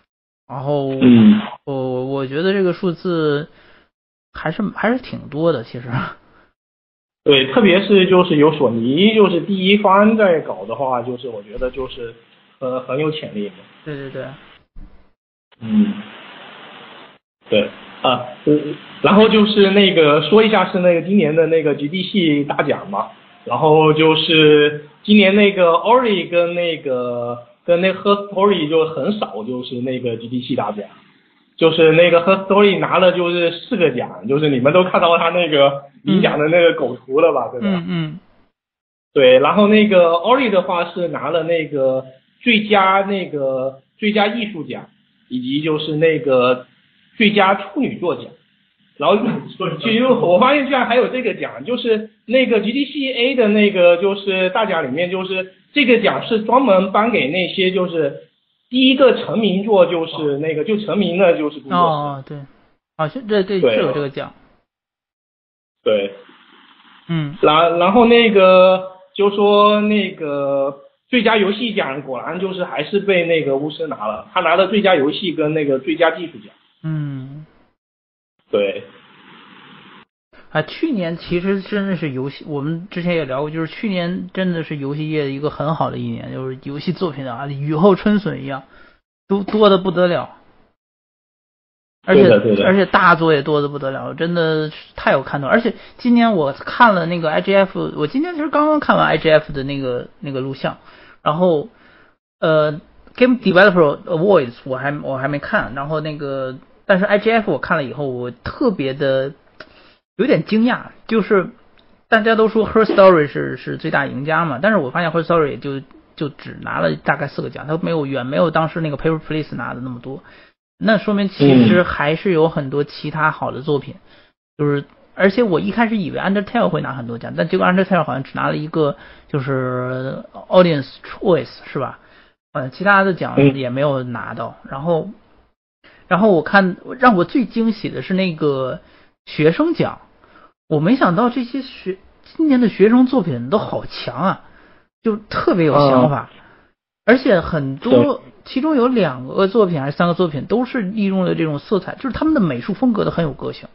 然后嗯， 我我觉得这个数字还是还是挺多的，其实。 对，特别是就是有索尼就是第一方在搞的话，就是我觉得就是呃很有潜力的。 对对对。 嗯，对啊，嗯，然后就是那个说一下是那个今年的那个 G D C 大奖嘛，然后就是今年那个 Ori 跟那个跟那个 Her Story 就很少就是那个 G D C 大奖。就是那个 Her Story 拿了就是四个奖，就是你们都看到他那个领奖的那个狗图了吧，对吧？ 嗯嗯。 对，然后那个 Ori 的话是拿了那个最佳那个最佳艺术奖，以及就是那个最佳处女作奖。然后其实我发现居然还有这个奖，就是那个 G D C A 的那个就是大奖里面，就是这个奖是专门颁给那些就是第一个成名作就是那个就成名的就是工作室。 哦，对，好像这这是有这个奖。 对。 嗯。 然然后那个就说那个最佳游戏奖果然就是还是被那个巫师拿了，他拿了最佳游戏跟那个最佳技术奖。 嗯。 对。 啊，去年其实真的是游戏，我们之前也聊过，就是去年真的是游戏业一个很好的一年，就是游戏作品啊，雨后春笋一样，都多的不得了。而且而且大作也多的不得了，真的太有看头。而且今年我看了那个 I G F， 我今天其实刚刚看完 I G F 的那个那个录像，然后呃 Game Developer Awards 我还我还没看，然后那个但是 I G F 我看了以后，我特别的有点惊讶，就是大家都说 Her Story 是是最大赢家嘛，但是我发现 Her Story 也就就只拿了大概四个奖，它没有远没有当时那个 Paper Please 拿的那么多。那说明其实还是有很多其他好的作品，嗯、就是而且我一开始以为 Undertale 会拿很多奖，但结果 Undertale 好像只拿了一个就是 Audience Choice 是吧？呃，其他的奖也没有拿到。然后，然后我看让我最惊喜的是那个学生奖，我没想到这些学今年的学生作品都好强啊，就特别有想法。嗯，而且很多，其中有两个作品还是三个作品都是利用了这种色彩，就是他们的美术风格都很有个性。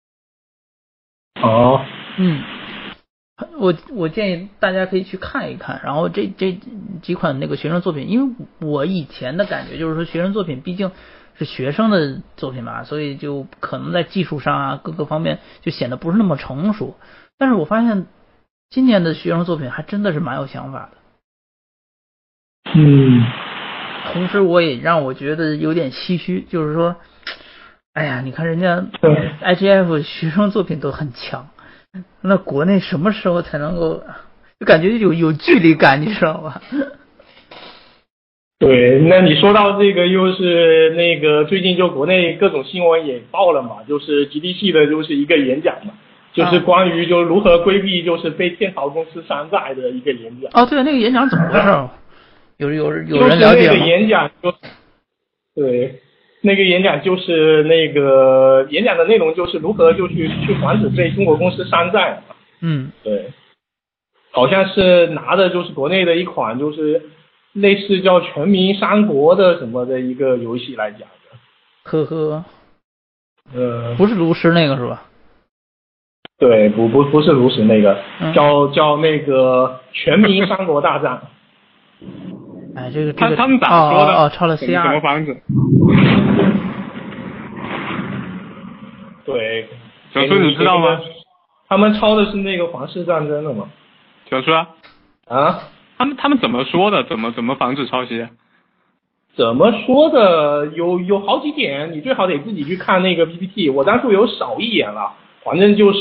哦， 嗯，我我建议大家可以去看一看。然后这这几款那个学生作品，因为我以前的感觉就是说，学生作品毕竟是学生的作品嘛，所以就可能在技术上啊各个方面就显得不是那么成熟。但是我发现今年的学生作品还真的是蛮有想法的。 嗯， 同时我也让我觉得有点唏嘘，就是说，哎呀，你看人家 I G F 学生作品都很强，那国内什么时候才能够，就感觉有有距离感，你知道吧？ 对，那你说到这个，又是那个最近就国内各种新闻也报了嘛，就是 G D C 的就是一个演讲嘛，就是关于就如何规避就是被天朝公司山寨的一个演讲。 哦，对，那个演讲怎么回事？有有有人了解吗？ 就是那个演讲就对，那个演讲就是那个演讲的内容就是如何就去去防止被中国公司山寨。 嗯， 对，好像是拿的就是国内的一款就是类似叫《全民三国》的什么的一个游戏来讲的。 呵呵， 呃， 不是炉石那个是吧？ 对，不不不是炉石那个， 嗯、 叫叫那个《全民三国大战》。 哎，这个他他们咋说的？ 哦，哦抄了 C R 什么房子？ 对， 小叔你知道吗？ 他们抄的是那个皇室战争的嘛？ 小叔啊？ 啊？ 他们他们怎么说的？怎么怎么防止抄袭？ 怎么说的？有有好几点，你最好得自己去看那个 P P T， 我当初有扫一眼了，反正就是，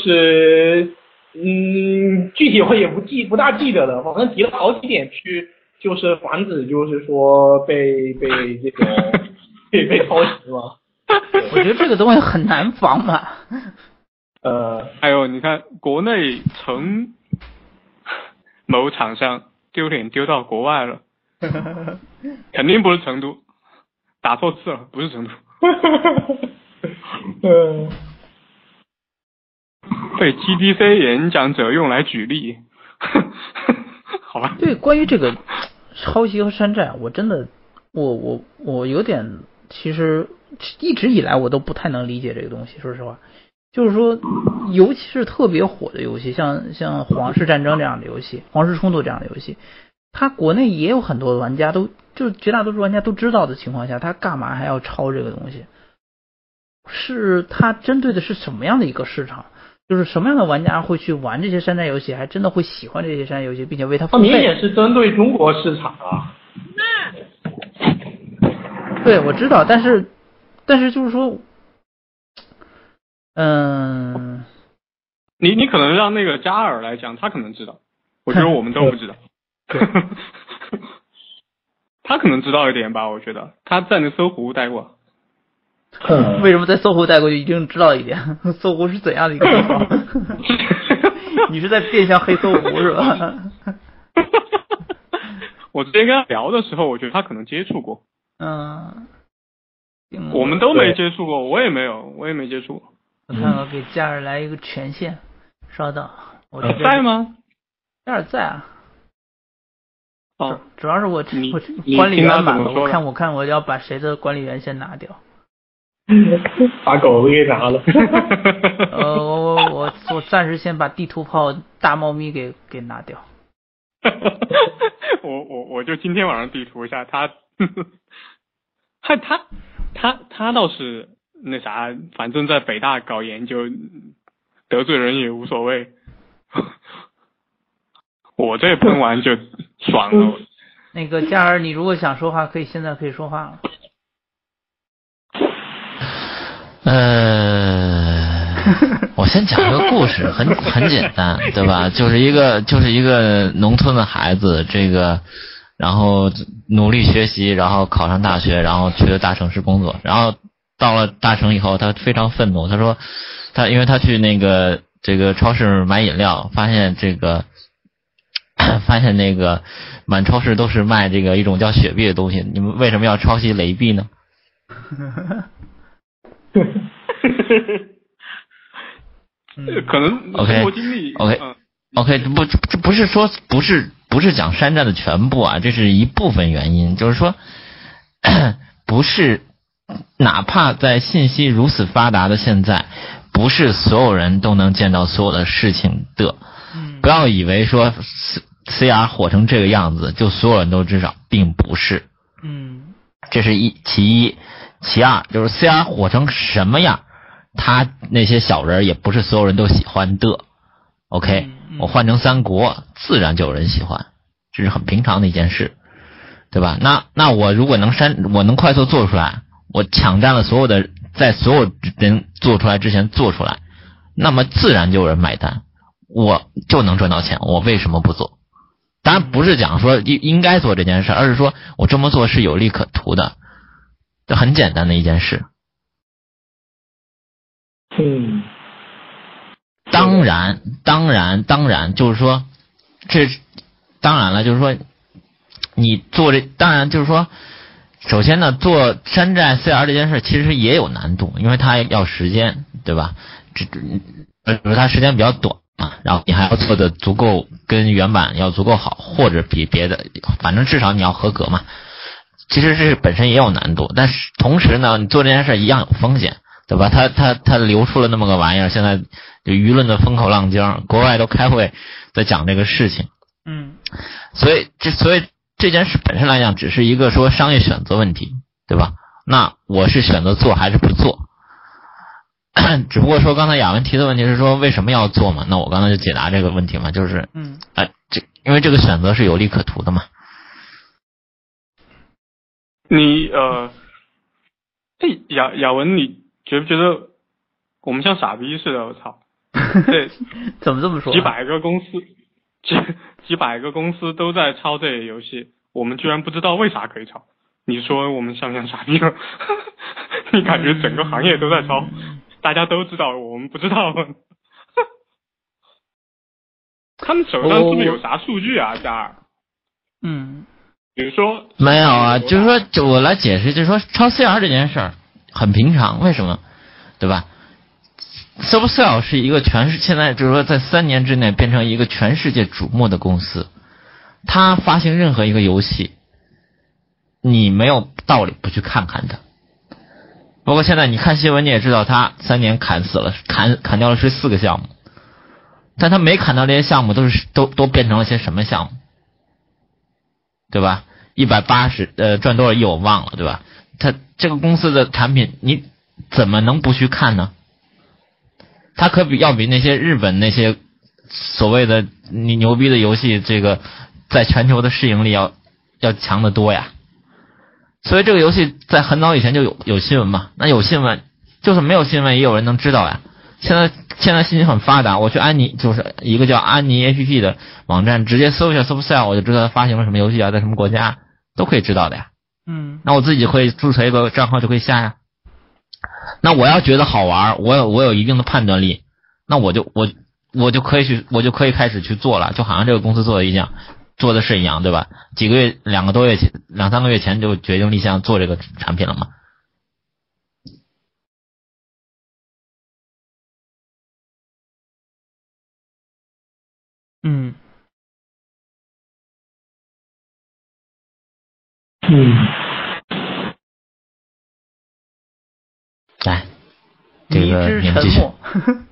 嗯，具体我也不记不大记得了，反正提了好几点去。就是防止，就是说被被这个被被抄袭嘛。 我觉得这个东西很难防嘛。 呃， 还有你看，国内成某厂商丢脸丢到国外了，肯定不是成都，打错字了，不是成都。 嗯， 被 G D C 演讲者用来举例。好吧。 对，关于这个抄袭和山寨，我真的，我我我有点其实一直以来我都不太能理解这个东西，说实话。就是说，尤其是特别火的游戏，像像皇室战争这样的游戏，皇室冲突这样的游戏，它国内也有很多玩家都，就绝大多数玩家都知道的情况下，他干嘛还要抄这个东西？是他针对的是什么样的一个市场？就是什么样的玩家会去玩这些山寨游戏，还真的会喜欢这些山寨游戏，并且为它付费？ 他明显是针对中国市场啊。 对，我知道，但是但是就是说。嗯， 你你可能让那个加尔来讲，他可能知道，我觉得我们都不知道。他可能知道一点吧，我觉得他在那搜狐待过。 为什么在搜狐待过就一定知道一点？搜狐是怎样的一个地方？你是在变相黑搜狐是吧？ 我之前跟他聊的时候，我觉得他可能接触过。 嗯， 我们都没接触过，我也没有，我也没接触过。 我看我给加尔来一个权限，稍等，我这在吗？ 加尔在啊。 哦， 主要是我你我管理员满了，我看我看我要把谁的管理员先拿掉。 把狗给拿了。 呃，我我我我暂时先把地图炮大猫咪给给拿掉。 我我我就今天晚上地图一下他，他他他他倒是。那啥，反正在北大搞研究，得罪人也无所谓。我这喷完就爽了。 那个嘉儿，你如果想说话，可以现在可以说话了。 呃，我先讲一个故事，很很简单，对吧？就是一个就是一个农村的孩子，这个然后努力学习，然后考上大学，然后去了大城市工作，然后。到了大城以后，他非常愤怒。他说，他因为他去那个这个超市买饮料，发现这个发现那个满超市都是卖这个一种叫雪碧的东西，你们为什么要抄袭雷碧呢？ 可能生活经历。 OK OK OK， 不这不是说不是不是讲山寨的全部啊，这是一部分原因，就是说不是。哪怕在信息如此发达的现在，不是所有人都能见到所有的事情的。不要以为说 C R 火成这个样子，就所有人都知道，并不是。 嗯， 这是一其一，其二就是 C R 火成什么样，他那些小人也不是所有人都喜欢的。OK，、嗯嗯、我换成三国，自然就有人喜欢，这是很平常的一件事，对吧？那那我如果能删，我能快速做出来。我抢占了所有的，在所有人做出来之前做出来，那么自然就有人买单，我就能赚到钱，我为什么不做？当然不是讲说应应该做这件事，而是说我这么做是有利可图的，这很简单的一件事。 嗯， 当然，当然，当然，就是说，这当然了，就是说，你做这，当然就是说。首先呢，做山寨 C R 这件事其实也有难度，因为它要时间，对吧？这呃，它时间比较短啊，然后你还要做的足够跟原版要足够好，或者比别的，反正至少你要合格嘛。其实这本身也有难度，但是同时呢，你做这件事一样有风险，对吧？它它它流出了那么个玩意儿，现在就舆论的风口浪尖，国外都开会在讲这个事情。 嗯， 所以这所以。这件事本身来讲只是一个说商业选择问题，对吧？那我是选择做还是不做？只不过说刚才雅文提的问题是说为什么要做嘛？那我刚才就解答这个问题嘛，就是嗯， 哎、呃，这因为这个选择是有利可图的嘛。 你呃，哎，雅雅文，你觉不觉得我们像傻逼似的？我操！对， 怎么这么说？ 几百个公司，几几百个公司都在抄这些游戏，我们居然不知道为啥可以抄。你说我们像不像傻逼了？你感觉整个行业都在抄，大家都知道，我们不知道。他们手上是不是有啥数据啊？加尔？ 嗯， 比如说没有啊，就是说，就我来解释，就是说抄 C R 这件事儿很平常，为什么？对吧？Supercell 是一个全世现在就是说在三年之内变成一个全世界瞩目的公司，它发行任何一个游戏，你没有道理不去看看的， 不过现在你看新闻你也知道，他三年砍死了砍砍掉了十四个项目，但他没砍到这些项目都是都都变成了些什么项目，对吧？一百八十呃赚多少亿我忘了，对吧？他这个公司的产品你怎么能不去看呢？他可比要比那些日本那些所谓的你牛逼的游戏，这个在全球的市盈率要要强得多呀。所以这个游戏在很早以前就有有新闻嘛，那有新闻，就是没有新闻也有人能知道呀。现在现在信息很发达，我去安妮就是一个叫安妮 A P P 的网站，直接搜一下 Supercell， 我就知道它发行了什么游戏啊，在什么国家都可以知道的呀。 嗯， 那我自己可以注册一个账号就可以下呀。那我要觉得好玩，我有我有一定的判断力，那我就我我就可以去我就可以开始去做了，就好像这个公司做的一样。做的是一样，对吧？几个月、两个多月前、两三个月前就决定立项做这个产品了嘛。 嗯嗯， 来，这个迷之你们继续。 沉默。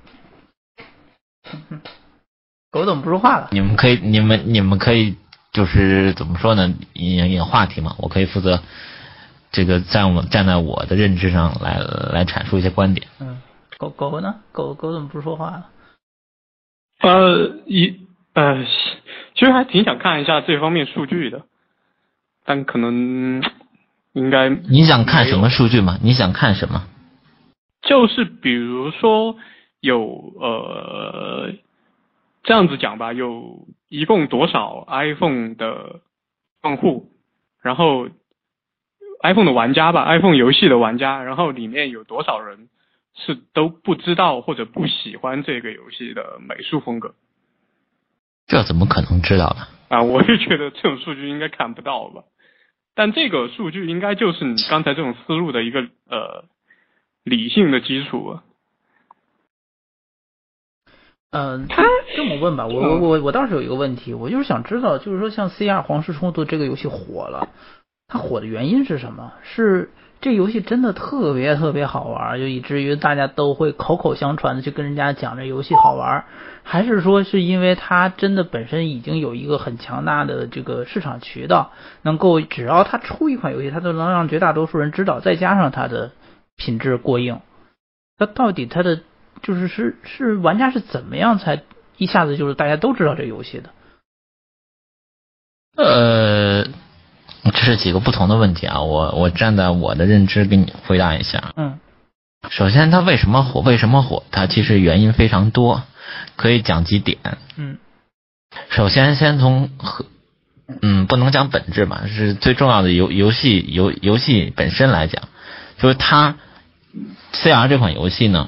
狗总不说话了。 你们可以，你们你们可以，就是怎么说呢？引引话题嘛，我可以负责这个站我站在我的认知上来来阐述一些观点。 嗯，狗狗呢？狗狗怎么不说话了？ 呃，一呃，其实还挺想看一下这方面数据的，但可能应该你想看什么数据吗？你想看什么？ 就是比如说有呃。这样子讲吧，有一共多少 iPhone 的用户，然后 iPhone 的玩家吧 ，iPhone 游戏的玩家，然后里面有多少人是都不知道或者不喜欢这个游戏的美术风格？ 这怎么可能知道呢？ 啊，我就觉得这种数据应该看不到吧。但这个数据应该就是你刚才这种思路的一个呃理性的基础啊。 嗯，呃，这么问吧，我我我我倒是有一个问题，我就是想知道，就是说像 C R 皇室冲突这个游戏火了，它火的原因是什么？是这游戏真的特别特别好玩，就以至于大家都会口口相传的去跟人家讲这游戏好玩，还是说是因为它真的本身已经有一个很强大的这个市场渠道，能够只要它出一款游戏，它都能让绝大多数人知道，再加上它的品质过硬，那到底它的就是是是玩家是怎么样才一下子就是大家都知道这游戏的？ 呃，这是几个不同的问题啊，我我站在我的认知给你回答一下。 嗯， 首先它为什么火？为什么火？它其实原因非常多，可以讲几点。 嗯，首先先从嗯不能讲本质吧，是最重要的游游戏游游戏本身来讲，就是它 C R 这款游戏呢。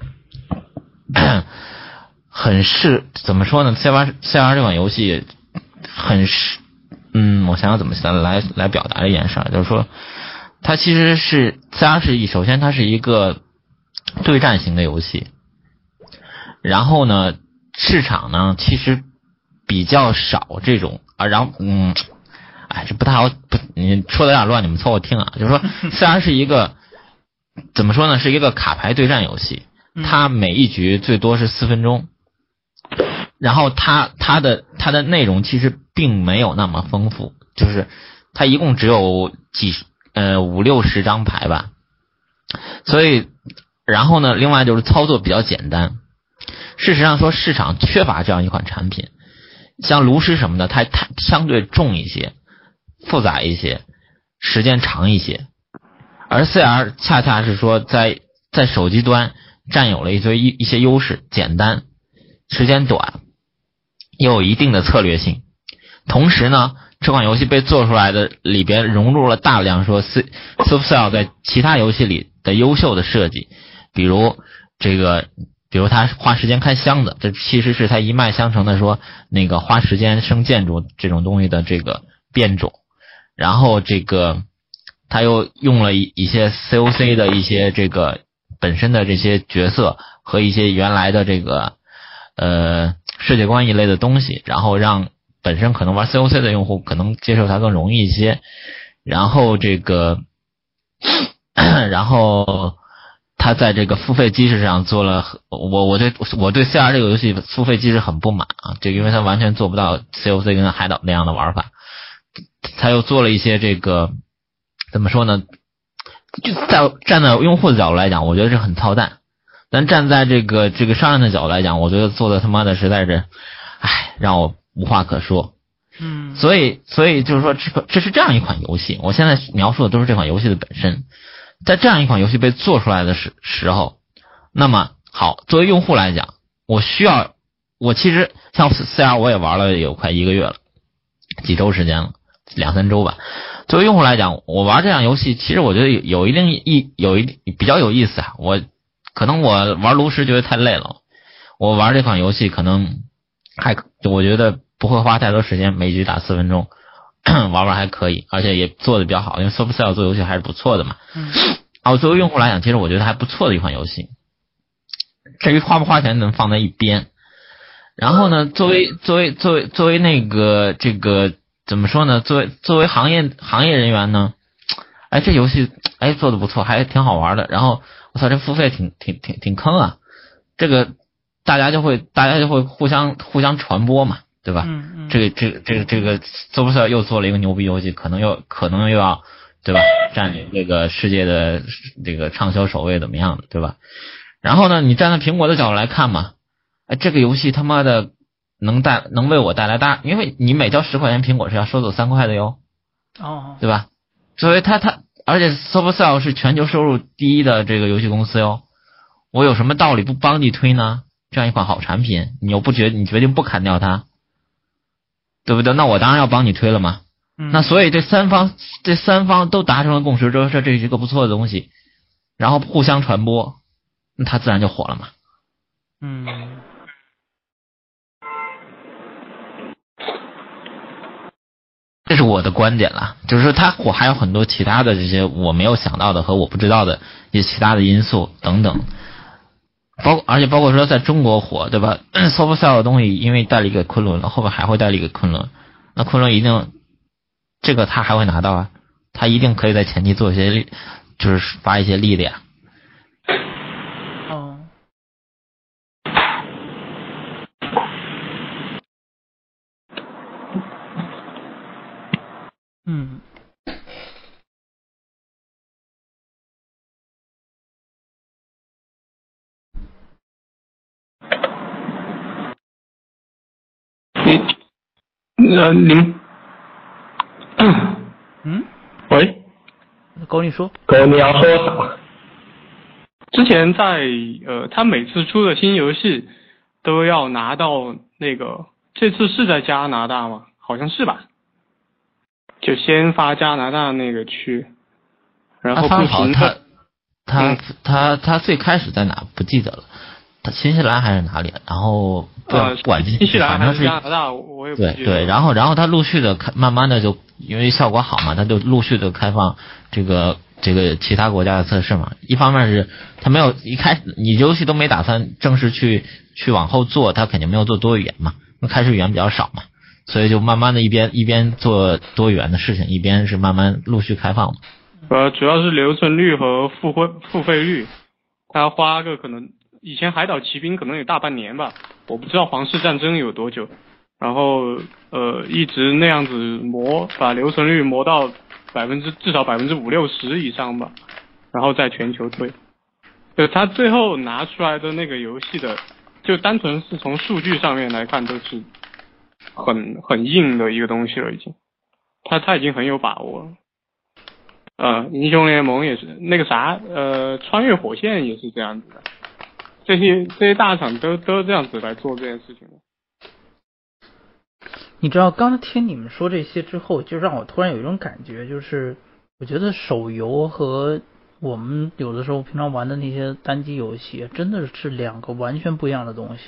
很适怎么说呢 ？C R C R 这款游戏很适，嗯，我想想怎么来来表达这件事儿，就是说，它其实是 C R 是一，首先它是一个对战型的游戏，然后呢，市场呢其实比较少这种啊，然后嗯，哎，这不太好，不，你说的有点乱，你们凑合听啊，就是说 C R 是一个怎么说呢？是一个卡牌对战游戏。它每一局最多是四分钟，然后它它的它的内容其实并没有那么丰富，就是它一共只有几呃五六十张牌吧，所以然后呢，另外就是操作比较简单。事实上说市场缺乏这样一款产品，像炉石什么的，它它相对重一些，复杂一些，时间长一些，而 C R 恰恰是说在在手机端。占有了一堆一一些优势，简单，时间短，又有一定的策略性。同时呢，这款游戏被做出来的里边融入了大量说 Supercell 在其他游戏里的优秀的设计，比如这个，比如他花时间看箱子，这其实是他一脉相承的说那个花时间生建筑这种东西的这个变种，然后这个他又用了一一些 C O C 的一些这个。本身的这些角色和一些原来的这个呃世界观一类的东西，然后让本身可能玩 C O C 的用户可能接受它更容易一些。然后这个然后他在这个付费机制上做了，我我对我对 C R 这个游戏付费机制很不满啊，就因为他完全做不到 C O C 跟海岛那样的玩法，他又做了一些这个怎么说呢？就在站在用户的角度来讲，我觉得是很操蛋。但站在这个这个商人的角度来讲，我觉得做的他妈的实在是，唉，让我无话可说。 嗯， 所以所以就是说，这个这是这样一款游戏，我现在描述的都是这款游戏的本身。在这样一款游戏被做出来的时时候，那么好，作为用户来讲，我需要，我其实像 C R 我也玩了有快一个月了，几周时间了，两三周吧。作为用户来讲，我玩这样游戏，其实我觉得有有一定意，有一比较有意思啊。我可能我玩炉石觉得太累了，我玩这款游戏可能还我觉得不会花太多时间，每局打四分钟。玩玩还可以，而且也做的比较好，因为 Supercell 做游戏还是不错的嘛。 嗯。 啊，作为用户来讲，其实我觉得还不错的一款游戏。至于花不花钱，能放在一边。然后呢，作为作为作为作为那个这个怎么说呢？作为作为行业行业人员呢，哎，这游戏哎做的不错，还挺好玩的。然后我操，这付费挺挺挺挺坑啊！这个大家就会大家就会互相互相传播嘛。对吧？ 嗯嗯， 这个这个这个这个 Supercell 又做了一个牛逼游戏，可能又可能又要对吧？占领这个世界的这个畅销首位怎么样的，对吧？然后呢，你站在苹果的角度来看嘛，哎，这个游戏他妈的能带能为我带来大，因为你每交十块钱，苹果是要收走三块的哟， 哦， 对吧？所以他他而且 Supercell 是全球收入第一的这个游戏公司哟，我有什么道理不帮你推呢？这样一款好产品，你又不决你决定不砍掉它？对不对？那我当然要帮你推了嘛。 嗯， 那所以这三方这三方都达成了共识，就是说这是一个不错的东西，然后互相传播，那它自然就火了嘛。 嗯， 这是我的观点啦，就是说它火还有很多其他的这些我没有想到的和我不知道的一些其他的因素等等。包括而且包括说在中国火，对吧？Supercell 的东西因为代理给昆仑了，后边还会代理给昆仑，那昆仑一定这个他还会拿到啊，他一定可以在前期做一些力，就是发一些力的呀。 哦，嗯。 呃，您， 嗯， 喂， 狗你说， 狗你要说啥？ 之前在呃，他每次出的新游戏都要拿到那个，这次是在加拿大吗？好像是吧？就先发加拿大那个区，然后不行他的。 他嗯他他最开始在哪不记得了，他新西兰还是哪里？然后不呃， 不管新西兰还是是加拿大，我也不记得对对，然后然后他陆续的开，慢慢的就因为效果好嘛，他就陆续的开放这个这个其他国家的测试嘛。一方面是他没有一开始你游戏都没打算正式去去往后做，他肯定没有做多语言嘛，那开始语言比较少嘛，所以就慢慢的一边一边做多语言的事情，一边是慢慢陆续开放嘛。 呃，主要是留存率和付费付费率，他花个可能以前海岛奇兵可能有大半年吧，我不知道皇室战争有多久，然后呃一直那样子磨，把留存率磨到百分之至少百分之五六十以上吧，然后在全球推。就他最后拿出来的那个游戏的，就单纯是从数据上面来看都是很很硬的一个东西了，已经，他他已经很有把握了。呃，英雄联盟也是那个啥，呃，穿越火线也是这样子的，这些这些大厂都都这样子来做这件事情的。 你知道，刚才听你们说这些之后，就让我突然有一种感觉，就是我觉得手游和我们有的时候平常玩的那些单机游戏，真的是两个完全不一样的东西，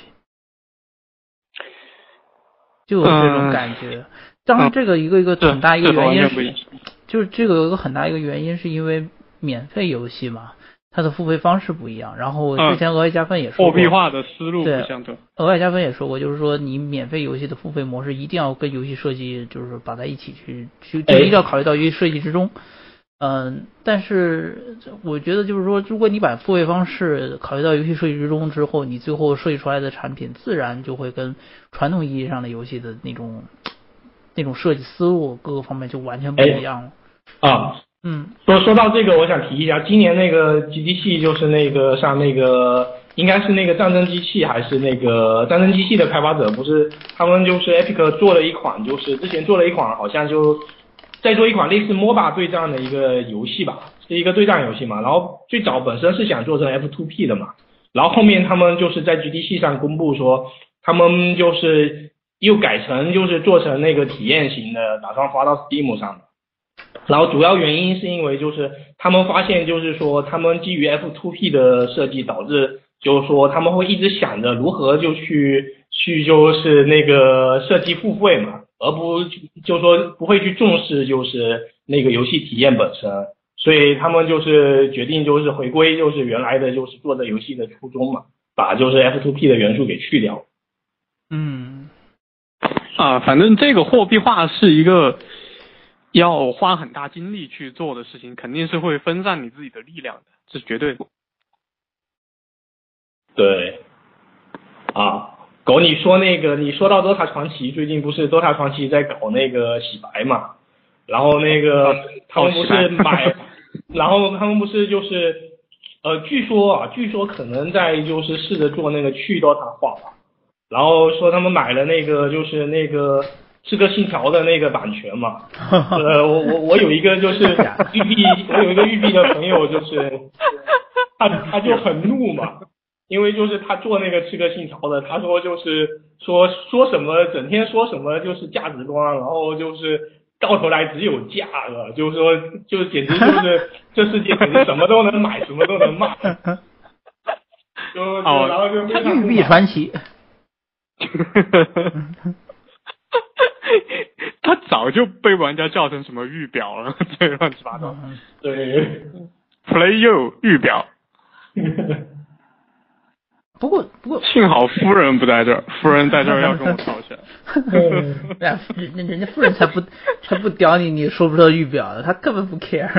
就有这种感觉。嗯、当然，这个一个一个很大一个原因是，就是这个有一个很大一个原因是因为免费游戏嘛。它的付费方式不一样，然后之前额外加分也说过， 货币化的思路不相同。 额外加分也说过，就是说你免费游戏的付费模式一定要跟游戏设计，就是把它一起去去，就一定要考虑到游戏设计之中。 嗯，但是我觉得就是说，如果你把付费方式考虑到游戏设计之中之后，你最后设计出来的产品自然就会跟传统意义上的游戏的那种那种设计思路各个方面就完全不一样了。 啊， 嗯， 说说到这个，我想提一下，今年那个 G D C 就是那个像那个应该是那个战争机器还是那个战争机器的开发者，不是他们就是 Epic 做了一款，就是之前做了一款好像就在做一款类似 M O B A 对战的一个游戏吧，是一个对战游戏嘛，然后最早本身是想做成 F 二 P 的嘛，然后后面他们就是在 G D C 上公布说他们就是又改成就是做成那个体验型的，打算发到 Steam 上的。然后主要原因是因为就是他们发现就是说他们基于 F 二 P 的设计导致就是说他们会一直想着如何就去去就是那个设计付费嘛，而不就是说不会去重视就是那个游戏体验本身，所以他们就是决定就是回归就是原来的就是做的游戏的初衷嘛，把就是 F 二 P 的元素给去掉。 嗯， 啊，反正这个货币化是一个要花很大精力去做的事情，肯定是会分散你自己的力量的，这是绝对的。 对，啊，狗，你说那个，你说到 Dota 传奇，最近不是 Dota 传奇在搞那个洗白嘛？然后那个他们不是买，然后他们不是就是呃，据说啊，据说可能在就是试着做那个去 Dota 化吧，然后说他们买了那个就是那个刺客信条的那个版权嘛。呃，我我我有一个就是育碧，我有一个育碧的朋友就是他他就很怒嘛。因为就是他做那个刺客信条的，他说就是说说什么整天说什么就是价值观，然后就是到头来只有价了，就是说就简直就是这世界简直什么都能买，什么都能卖。就哦， 然后就育碧传奇。 他早就被玩家叫成什么预表了，这乱七八糟。 对 ，Play You 预表。 不过不过， 幸好夫人不在这儿，夫人在这儿要跟我吵起来。 哎，人人家夫人才不才不屌你，你说不出预表的，他根本不 care。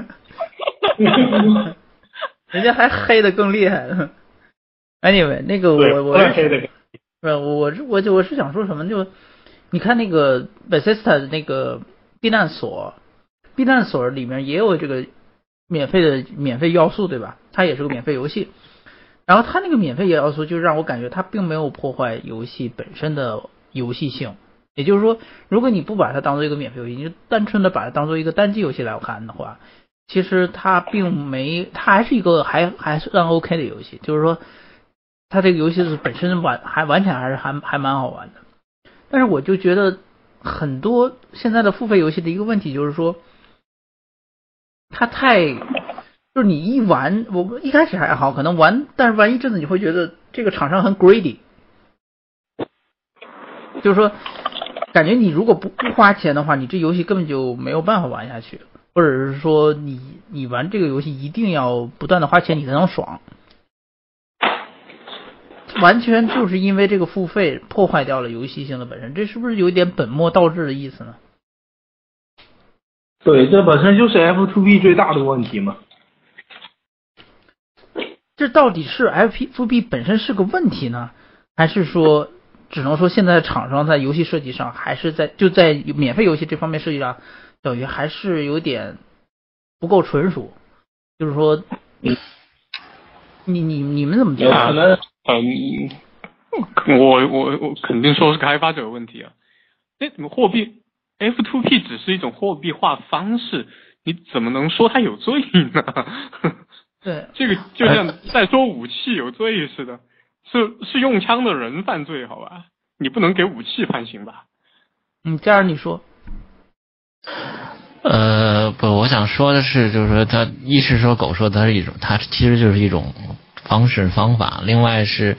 人家还黑的更厉害了。Anyway， 那个我我黑的， 不是我我我就我是想说什么，就你看那个 Bethesda 的那个避难所，避难所里面也有这个免费的免费要素，对吧？它也是个免费游戏。然后它那个免费要素就让我感觉它并没有破坏游戏本身的游戏性，也就是说，如果你不把它当做一个免费游戏，你就单纯的把它当做一个单机游戏来看的话，其实它并没，它还是一个还还算 OK 的游戏，就是说，它这个游戏是本身玩还玩起来还是还还蛮好玩的。但是我就觉得很多现在的付费游戏的一个问题就是说，它太。就是你一玩，我一开始还好，可能玩，但是玩一阵子你会觉得这个厂商很 greedy， 就是说，感觉你如果不不花钱的话，你这游戏根本就没有办法玩下去，或者是说你你玩这个游戏一定要不断的花钱你才能爽，完全就是因为这个付费破坏掉了游戏性的本身，这是不是有一点本末倒置的意思呢？ 对，这本身就是 F 二 P 最大的问题嘛。 这到底是 F 二 P 本身是个问题呢，还是说只能说现在厂商在游戏设计上还是在就在免费游戏这方面设计上等于还是有点不够纯熟，就是说你你你们怎么觉得？ 可能嗯，我我我肯定说是开发者问题啊。那怎么货币 F 二 P 只是一种货币化方式，你怎么能说它有罪呢？ 对， 这个就像在说武器有罪似的，是是用枪的人犯罪，好吧？你不能给武器判刑吧？ 嗯，这样你说。 呃，不，我想说的是，就是说，它一是说狗说它是一种，它其实就是一种方式方法。另外是，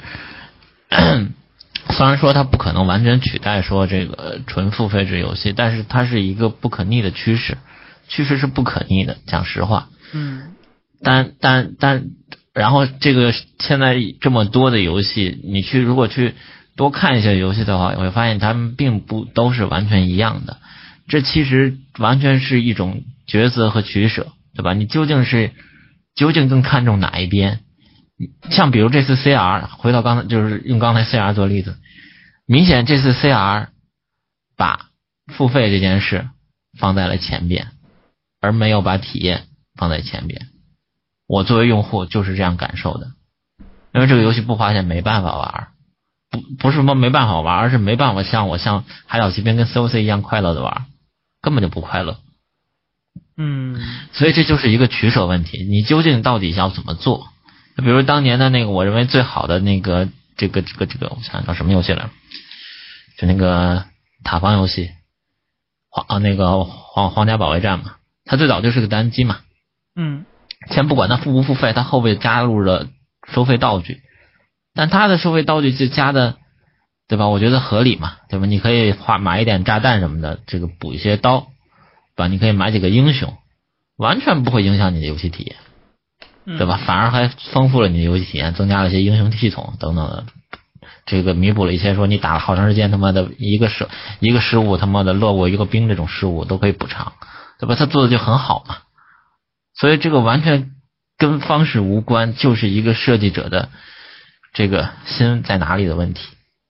虽然说它不可能完全取代说这个纯付费制游戏，但是它是一个不可逆的趋势，趋势是不可逆的，讲实话。 嗯。 但但但，然后这个现在这么多的游戏，你去如果去多看一些游戏的话，你会发现他们并不都是完全一样的。 这其实完全是一种抉择和取舍，对吧？你究竟是究竟更看重哪一边？像比如这次 C R， 回到刚才就是用刚才 C R 做例子，明显这次 C R 把付费这件事放在了前边，而没有把体验放在前边。我作为用户就是这样感受的，因为这个游戏不花钱没办法玩，不不是说没办法玩，而是没办法像我像海岛奇兵跟 C O C 一样快乐的玩，根本就不快乐。 嗯， 所以这就是一个取舍问题，你究竟到底要怎么做？比如当年的那个我认为最好的那个这个这个这个我想想叫什么游戏来着，就那个塔防游戏皇啊那个皇皇家保卫战嘛，它最早就是个单机嘛。 嗯， 先不管它付不付费，它后边加入了收费道具，但它的收费道具就加的对吧，我觉得合理嘛，对吧？你可以花买一点炸弹什么的，这个补一些刀，对吧？你可以买几个英雄，完全不会影响你的游戏体验，对吧？反而还丰富了你的游戏体验，增加了一些英雄系统等等的，这个弥补了一些说你打了好长时间他妈的一个失一个失误他妈的落过一个兵这种失误都可以补偿，对吧？他做的就很好嘛。所以这个完全跟方式无关，就是一个设计者的这个心在哪里的问题。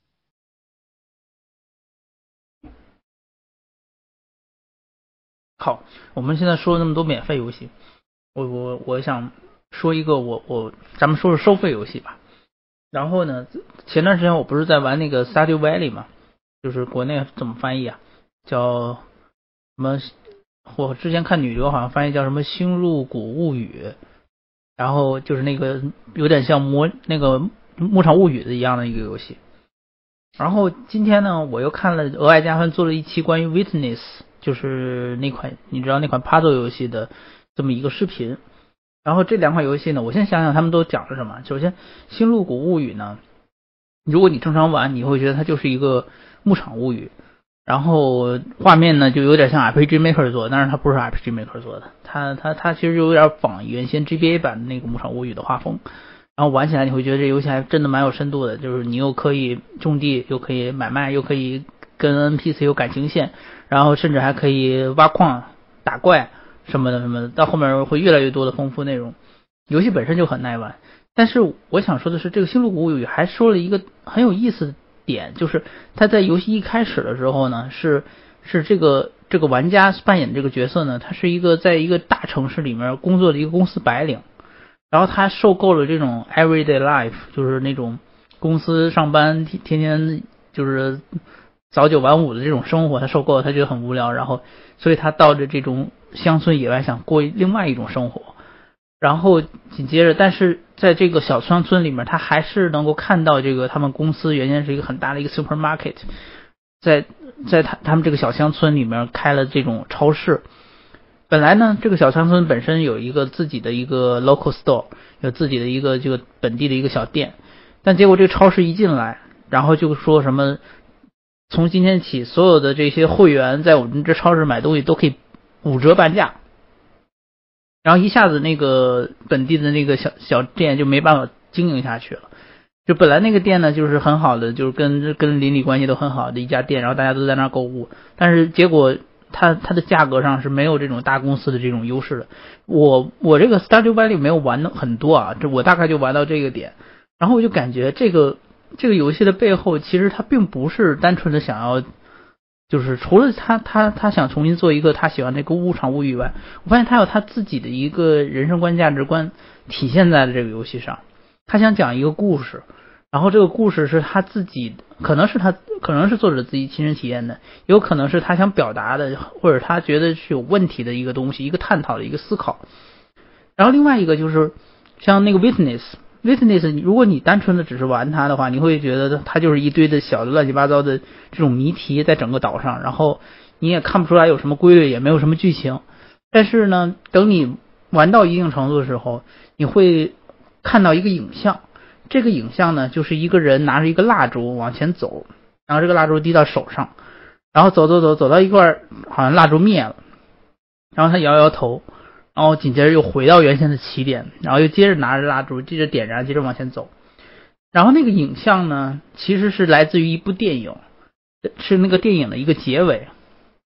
好，我们现在说了那么多免费游戏，我我我想说一个我我咱们说说收费游戏吧。然后呢，前段时间我不是在玩那个 Stardew Valley 嘛，就是国内怎么翻译啊？叫什么？我之前看女流好像翻译叫什么《星入谷物语》，然后就是那个有点像魔那个牧场物语的一样的一个游戏。然后今天呢，我又看了额外加分做了一期关于 Witness， 就是那款你知道那款 puzzle 游戏的这么一个视频。然后这两款游戏呢，我先想想他们都讲了什么。首先，《星入谷物语》呢，如果你正常玩，你会觉得它就是一个牧场物语。然后画面呢就有点像 R P G Maker 做的，但是它不是 R P G Maker 做的，它它它其实有点仿原先 G B A 版的那个牧场物语的画风。然后玩起来你会觉得这游戏还真的蛮有深度的，就是你又可以种地，又可以买卖，又可以跟 N P C 有感情线，然后甚至还可以挖矿、打怪什么的什么的，到后面会越来越多的丰富内容。游戏本身就很耐玩，但是我想说的是，这个《星入谷物语》还说了一个很有意思的点，就是他在游戏一开始的时候呢，是是这个这个玩家扮演的这个角色呢，他是一个在一个大城市里面工作的一个公司白领，然后他受够了这种 everyday life， 就是那种公司上班天天天就是早九晚五的这种生活，他受够了，他觉得很无聊，然后所以他到了这种乡村野外想过另外一种生活。然后紧接着，但是在这个小乡村里面，他还是能够看到这个他们公司原先是一个很大的一个 supermarket， 在在他他们这个小乡村里面开了这种超市。本来呢，这个小乡村本身有一个自己的一个 local store， 有自己的一个这个本地的一个小店，但结果这个超市一进来，然后就说什么从今天起所有的这些会员在我们这超市买东西都可以五折半价。然后一下子那个本地的那个小小店就没办法经营下去了。就本来那个店呢就是很好的，就是跟跟邻里关系都很好的一家店，然后大家都在那儿购物，但是结果它它的价格上是没有这种大公司的这种优势的。我我这个 Stardew Valley 没有玩的很多啊，这我大概就玩到这个点，然后我就感觉这个这个游戏的背后其实它并不是单纯的想要。就是除了他他他想重新做一个他喜欢那个牧场物语外，我发现他有他自己的一个人生观价值观体现在了这个游戏上。他想讲一个故事，然后这个故事是他自己，可能是他可能是作者自己亲身体验的，有可能是他想表达的，或者他觉得是有问题的一个东西，一个探讨的一个思考。然后另外一个就是像那个 Witness。Witness， 如果你单纯的只是玩它的话，你会觉得它就是一堆的小的乱七八糟的这种谜题在整个岛上，然后你也看不出来有什么规律，也没有什么剧情。但是呢，等你玩到一定程度的时候，你会看到一个影像，这个影像呢就是一个人拿着一个蜡烛往前走，然后这个蜡烛滴到手上，然后走走走走到一块好像蜡烛灭了，然后他摇摇头，然后紧接着又回到原先的起点，然后又接着拿着蜡烛接着点燃，接着往前走。然后那个影像呢其实是来自于一部电影，是那个电影的一个结尾。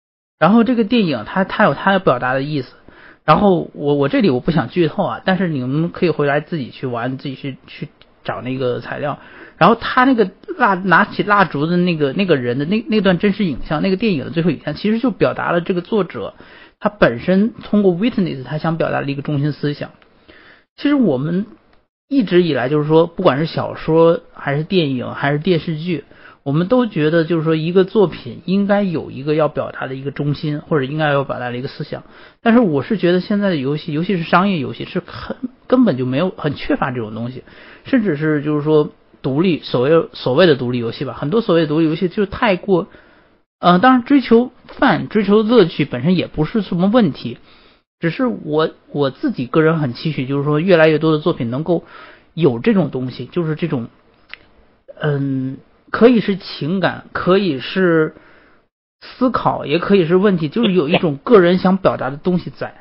然后这个电影它它有它要表达的意思，然后我我这里我不想剧透啊，但是你们可以回来自己去玩，自己去去找那个材料。然后他那个蜡拿起蜡烛的那个那个人的那那段真实影像，那个电影的最后影像，其实就表达了这个作者他本身通过 witness 他想表达的一个中心思想。其实我们一直以来就是说，不管是小说还是电影还是电视剧，我们都觉得就是说一个作品应该有一个要表达的一个中心，或者应该要表达的一个思想。但是我是觉得现在的游戏，尤其是商业游戏，是很根本就没有很缺乏这种东西，甚至是就是说独立所谓所谓的独立游戏吧，很多所谓的独立游戏就是太过，呃，当然追求饭追求乐趣本身也不是什么问题，只是我我自己个人很期许，就是说越来越多的作品能够有这种东西，就是这种，嗯，可以是情感，可以是思考，也可以是问题，就是有一种个人想表达的东西在。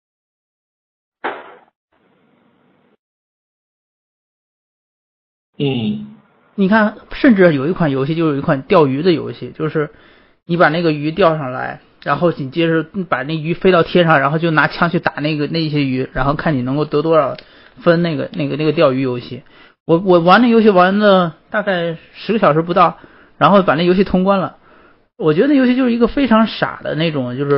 嗯， 你看，甚至有一款游戏，就是有一款钓鱼的游戏，就是你把那个鱼钓上来，然后紧接着把那鱼飞到天上，然后就拿枪去打那个那些鱼，然后看你能够得多少分。那个那个那个钓鱼游戏，我我玩那游戏玩了大概十个小时不到，然后把那游戏通关了。我觉得那游戏就是一个非常傻的那种，就是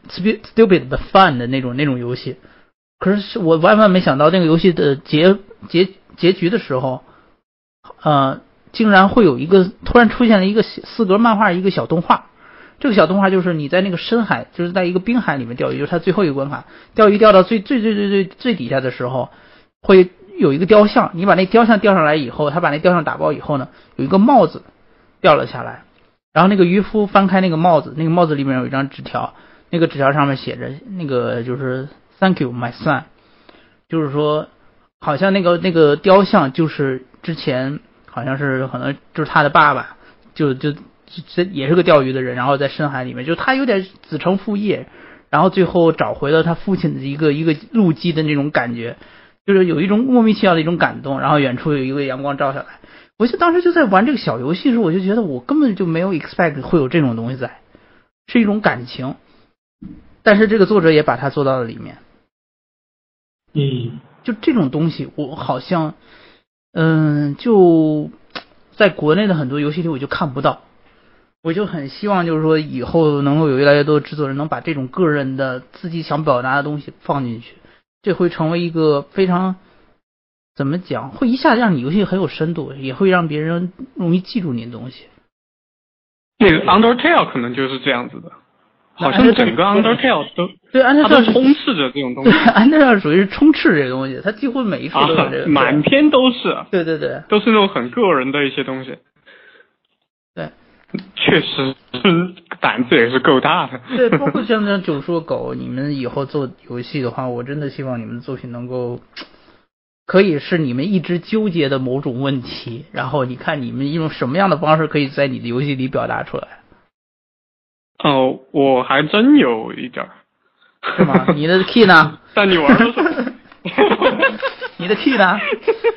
stupid but fun 的那种那种游戏。可是我万万没想到，那个游戏的结结结局的时候，呃，竟然会有一个突然出现了一个四格漫画，一个小动画。这个小动画就是你在那个深海，就是在一个滨海里面钓鱼，就是它最后一个关卡，钓鱼钓到最最最最最最底下的时候，会有一个雕像，你把那雕像钓上来以后，他把那雕像打包以后呢，有一个帽子掉了下来，然后那个渔夫翻开那个帽子，那个帽子里面有一张纸条，那个纸条上面写着那个就是 Thank you my son， 就是说好像那个那个雕像就是之前好像是可能就是他的爸爸，就就这也是个钓鱼的人，然后在深海里面，就他有点子承父业，然后最后找回了他父亲的一个一个路基的那种感觉，就是有一种莫名其妙的一种感动，然后远处有一个阳光照下来，我就当时就在玩这个小游戏的时候，我就觉得我根本就没有 expect 会有这种东西在，是一种感情，但是这个作者也把它做到了里面。 嗯， 就这种东西我好像嗯就在国内的很多游戏里我就看不到，我就很希望就是说以后能够有越来越多的制作人能把这种个人的自己想表达的东西放进去，这会成为一个非常怎么讲，会一下子让你游戏很有深度，也会让别人容易记住你的东西。 那个 Undertale 可能就是这样子的，好像整个 Undertale 都对 Undertale 它都充斥着这种东西。 对 Undertale 属于是充斥这个东西，它几乎每一处都有这个， 啊、满篇都是。 对对对， 都是那种很个人的一些东西。 对， 确实胆子也是够大的。 对，包括像这九叔狗，你们以后做游戏的话，我真的希望你们的作品能够可以是你们一直纠结的某种问题，然后你看你们用什么样的方式可以在你的游戏里表达出来。 哦，我还真有一点。 是吗？你的 key 呢？ 但你玩的时候你的 key 呢？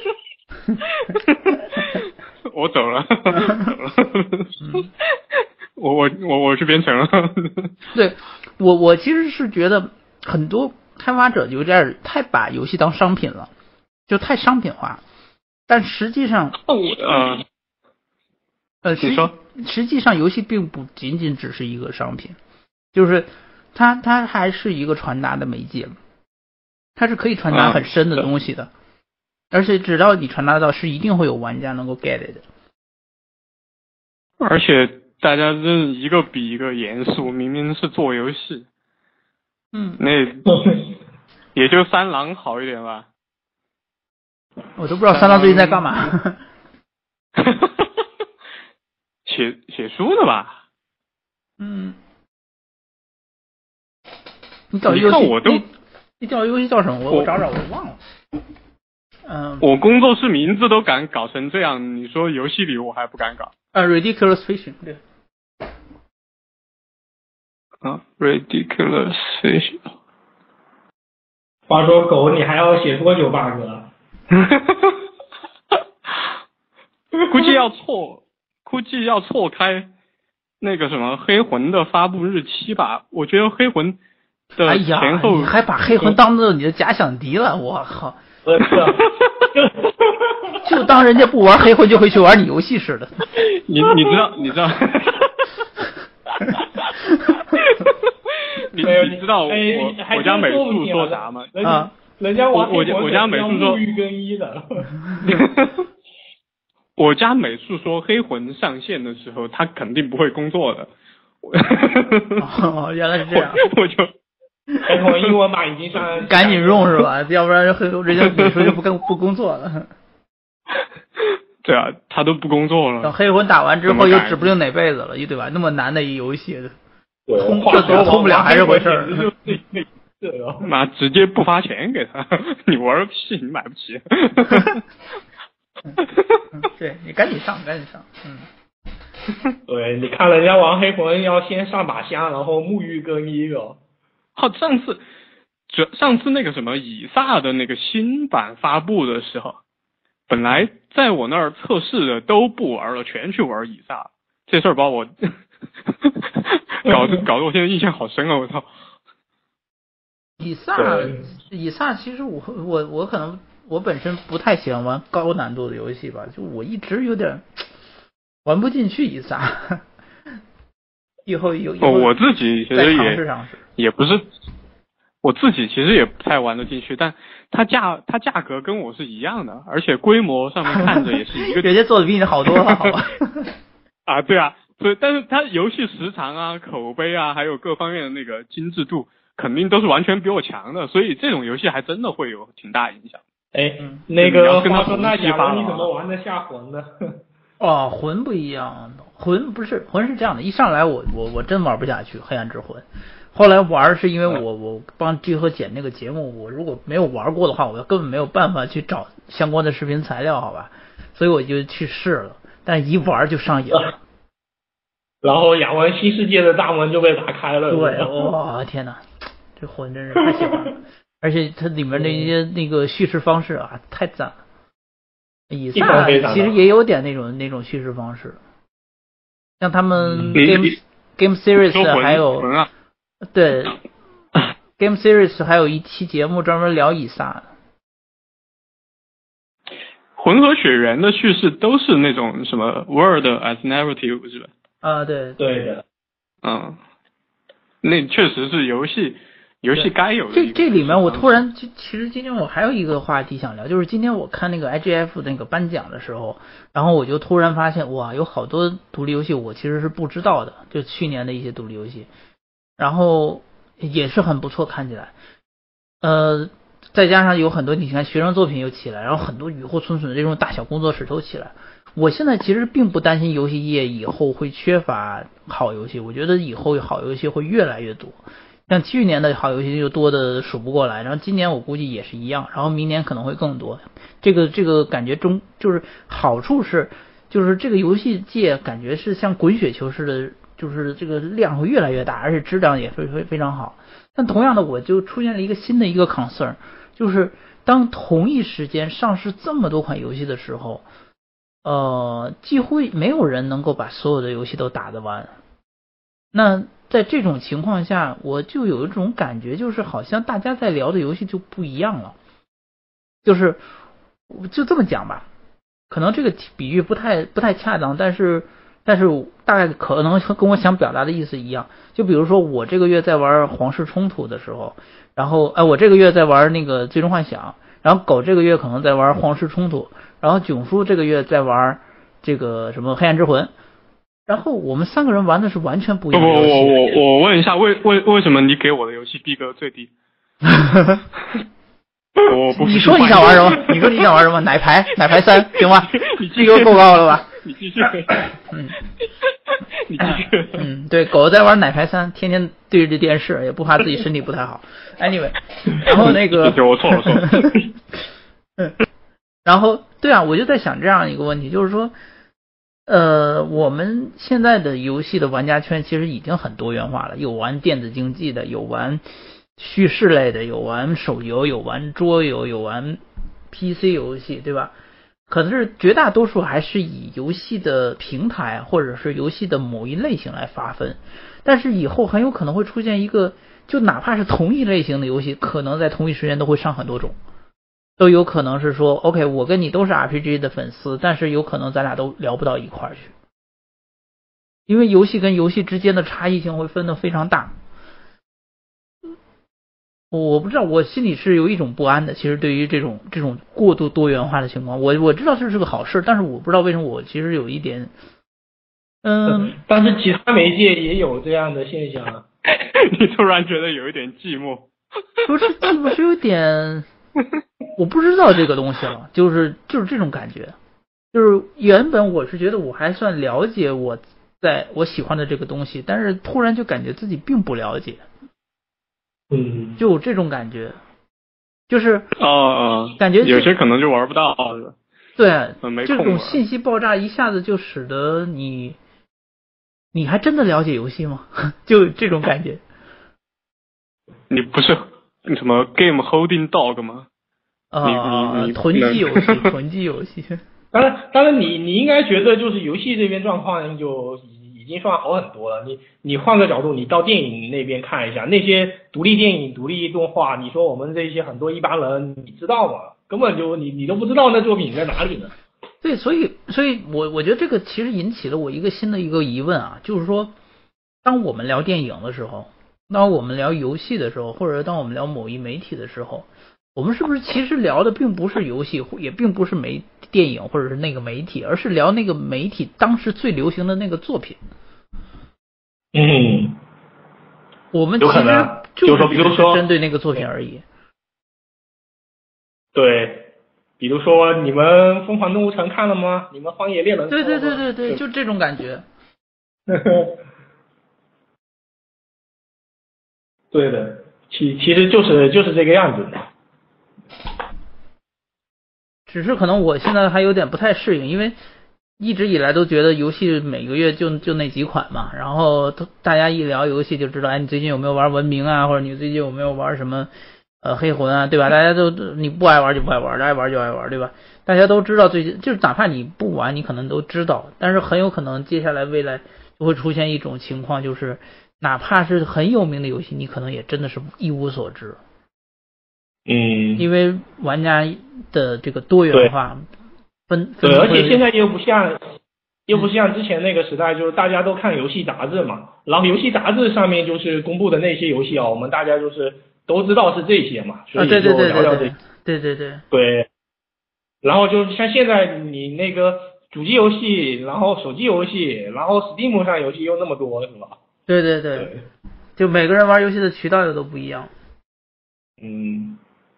我走了，走了我我我我去编程了。 对，我我其实是觉得很多开发者有点太把游戏当商品了，就太商品化。但实际上， 呃， 呃， 你说， 实际上游戏并不仅仅只是一个商品，就是它它还是一个传达的媒介，它是可以传达很深的东西的。嗯，而且只要你传达到，是一定会有玩家能够 get it 的。 而且大家真一个比一个严肃，明明是做游戏， 嗯， 那也就三郎好一点吧。 我都不知道三郎最近在干嘛。 写写书的吧？ 嗯。你找游戏，我都你你找游戏叫什么？我我找找，我忘了。嗯， 我工作室名字都敢搞成这样，你说游戏里我还不敢搞？ 啊 ，Ridiculous Fishing， 对。 啊 ，Ridiculous Fishing。 话说狗，你还要写多久 bug 了？ 估计要错，估计要错开那个什么黑魂的发布日期吧，我觉得黑魂的哎呀， 前后、 你还把黑魂当做你的假想敌了，我靠！就当人家不玩黑魂就会去玩你游戏似的。 你你知道你知道你你知道我、 哎、 我家美术说啥吗？ 啊，人家玩我我家美术说沐浴更衣的。 我家美术说黑魂上线的时候他肯定不会工作的。 哦，原来是这样。 我, 我就黑魂英文版已经上， 赶紧用是吧？要不然黑人家美术就不跟不工作了。 对啊，他都不工作了。 等黑魂打完之后又指不定哪辈子了，对吧？那么难的一游戏，通话说通不了还是回事儿。 妈，直接不发钱给他，你玩个屁，你买不起。 对，你赶紧上，赶紧上，嗯。 对，你看人家玩黑魂要先上把香，然后沐浴更衣哦。 好，上次，这上次那个什么以撒的那个新版发布的时候，本来在我那儿测试的都不玩了，全去玩以撒。这事儿把我搞得搞得我现在印象好深啊！我操。 以撒，以撒其实我我我可能我本身不太喜欢玩高难度的游戏吧，就我一直有点玩不进去以撒。以后有哦，我自己其实也尝试也不是，我自己其实也不太玩得进去，但它价它价格跟我是一样的，而且规模上面看着也是一个。 人家做的比你好多了，好吧？ 啊，对啊，对，但是它游戏时长啊、口碑啊，还有各方面的那个精致度，肯定都是完全比我强的，所以这种游戏还真的会有挺大影响。 哎，那个话说那假如你怎么玩得下魂呢？ 哦，魂不一样，魂不是魂是这样的，一上来我我我真玩不下去黑暗之魂，后来玩是因为我我帮集合剪那个节目，我如果没有玩过的话，我根本没有办法去找相关的视频材料，好吧，所以我就去试了，但一玩就上瘾了， 然后雅文新世界的大门就被打开了。 对，哇、哦、天哪，这魂真是太喜欢了，而且它里面那些那个叙事方式啊，太赞了。以撒其实也有点那种那种叙事方式，像他们 Game Game Series 还有、 啊、 对 Game Series 还有一期节目专门聊以撒的。 魂和血缘的叙事都是那种什么 Word as narrative 是吧？ 啊，对对的， 嗯，那确实是游戏。游戏该有的。 这这里面我突然就其实今天我还有一个话题想聊，就是今天我看那个 I G F 那个颁奖的时候，然后我就突然发现哇，有好多独立游戏我其实是不知道的，就去年的一些独立游戏，然后也是很不错，看起来，呃，再加上有很多你看学生作品又起来，然后很多雨后春笋的这种大小工作室都起来。我现在其实并不担心游戏业以后会缺乏好游戏，我觉得以后好游戏会越来越多。像去年的好游戏就多的数不过来，然后今年我估计也是一样，然后明年可能会更多。这个这个感觉中就是好处是，就是这个游戏界感觉是像滚雪球似的，就是这个量会越来越大，而且质量也会会非常好。但同样的，我就出现了一个新的一个 concern， 就是当同一时间上市这么多款游戏的时候，呃，几乎没有人能够把所有的游戏都打得完。那在这种情况下，我就有一种感觉，就是好像大家在聊的游戏就不一样了。就是就这么讲吧，可能这个比喻不太不太恰当，但是但是大概可能跟我想表达的意思一样。就比如说我这个月在玩皇室冲突的时候，然后哎我这个月在玩那个最终幻想，然后狗这个月可能在玩皇室冲突，然后囧叔这个月在玩这个什么黑暗之魂。然后我们三个人玩的是完全不一样的游戏。 我我我问一下，为为为什么你给我的游戏逼格最低？我不你说你想玩什么？你说你想玩什么？奶牌奶牌三行吗？你逼格够高了吧？ 你继续。 嗯， 你继续。 嗯，对，狗在玩奶牌三，天天对着电视，也不怕自己身体不太好。Anyway， 然后那个， 我错了错了。 嗯，然后对啊，我就在想这样一个问题，就是说。呃，我们现在的游戏的玩家圈其实已经很多元化了，有玩电子竞技的，有玩叙事类的，有玩手游，有玩桌游，有玩 P C 游戏，对吧？ 可能是绝大多数还是以游戏的平台或者是游戏的某一类型来划分，但是以后很有可能会出现一个，就哪怕是同一类型的游戏，可能在同一时间都会上很多种，都有可能是说 OK 我跟你都是 R P G 的粉丝，但是有可能咱俩都聊不到一块儿去，因为游戏跟游戏之间的差异性会分得非常大。我不知道，我心里是有一种不安的。其实对于这种这种过度多元化的情况，我我知道这是个好事，但是我不知道为什么我其实有一点，嗯， 但是其他媒介也有这样的现象啊。 你突然觉得有一点寂寞？ 不是寂寞，是有点，我不知道这个东西了，就是就是这种感觉，就是原本我是觉得我还算了解我在我喜欢的这个东西，但是突然就感觉自己并不了解。 嗯， 就有这种感觉，就是哦哦， 感觉有些可能就玩不到了。 对， 没空这种信息爆炸一下子就使得你，你还真的了解游戏吗？就这种感觉。 你不是什么 game holding dog 吗？ 啊、呃，囤积游戏，囤积游戏。 当然，当然你，你你应该觉得就是游戏这边状况就已经算好很多了。你你换个角度，你到电影那边看一下，那些独立电影、独立动画，你说我们这些很多一般人，你知道吗？根本就你你都不知道那作品在哪里呢。 对，所以所以我我觉得这个其实引起了我一个新的一个疑问啊，就是说，当我们聊电影的时候，当我们聊游戏的时候，或者当我们聊某一媒体的时候，我们是不是其实聊的并不是游戏，也并不是媒电影或者是那个媒体，而是聊那个媒体当时最流行的那个作品？ 嗯， 我们其实就是比如说针对那个作品而已。 对，比如说你们《疯狂动物城》看了吗？你们《荒野猎人》 对对对对对，就这种感觉。 对的，其其实就是就是这个样子的。 只是可能我现在还有点不太适应，因为一直以来都觉得游戏每个月就就那几款嘛，然后大家一聊游戏就知道，哎，你最近有没有玩文明啊，或者你最近有没有玩什么呃黑魂啊，对吧？大家都你不爱玩就不爱玩，爱玩就爱玩，对吧？大家都知道最近，就是哪怕你不玩，你可能都知道，但是很有可能接下来未来就会出现一种情况，就是哪怕是很有名的游戏，你可能也真的是一无所知。 嗯， 因为玩家的这个多元化分， 对，而且现在又不像又不像之前那个时代，就是大家都看游戏杂志嘛，然后游戏杂志上面就是公布的那些游戏啊，我们大家就是都知道是这些嘛，所以就聊聊这， 对对对对，然后就像现在你那个主机游戏，然后手机游戏，然后 Steam 上游戏又那么多，是吧？ 对对对，对就每个人玩游戏的渠道又都不一样。 嗯。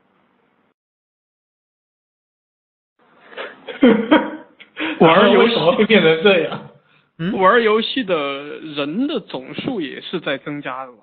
玩游戏为什么会变成这样？ 嗯，玩游戏的人的总数也是在增加的吧？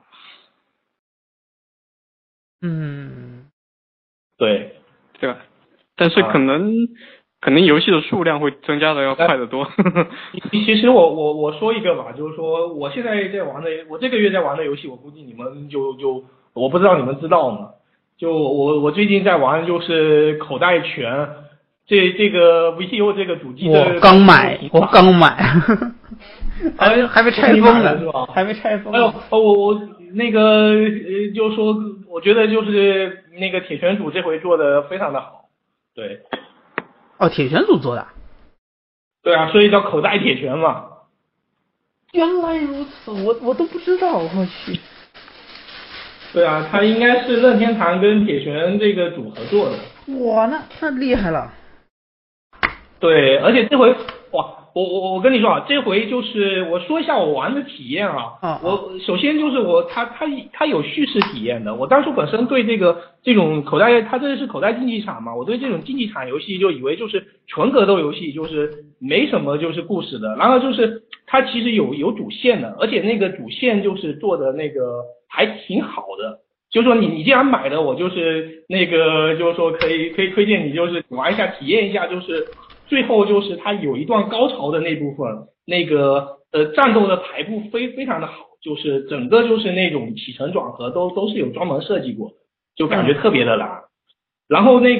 嗯， 对， 对吧？但是可能、啊、可能游戏的数量会增加的要快得多。 其实我我我说一个吧，就是说我现在在玩的，我这个月在玩的游戏，我估计你们就就我不知道你们知道吗？就我我最近在玩就是口袋拳。这这个 V C O 这个主机的， 我刚买，我刚买，还没还没拆封呢， 是吧？ 还没拆封。 哎呦，哦，我我那个呃，就说我觉得就是那个铁拳组这回做的非常的好，对。 哦，铁拳组做的。 对啊，所以叫口袋铁拳嘛。 原来如此，我我都不知道，我去。 对啊，他应该是任天堂跟铁拳这个组合作的。 哇，那那厉害了。 对，而且这回哇，我我我跟你说啊，这回就是我说一下我玩的体验啊。 啊我首先就是我它它它有叙事体验的。我当初本身对这个这种口袋，它这是口袋竞技场嘛，我对这种竞技场游戏就以为就是纯格斗游戏，就是没什么就是故事的。然后就是它其实有有主线的，而且那个主线就是做的那个还挺好的。就是说你你既然买了，我就是那个就是说可以可以推荐你就是玩一下体验一下，就是最后就是它有一段高潮的那部分，那个呃战斗的排布非非常的好，就是整个就是那种起承转合都都是有专门设计过，就感觉特别的难。然后那个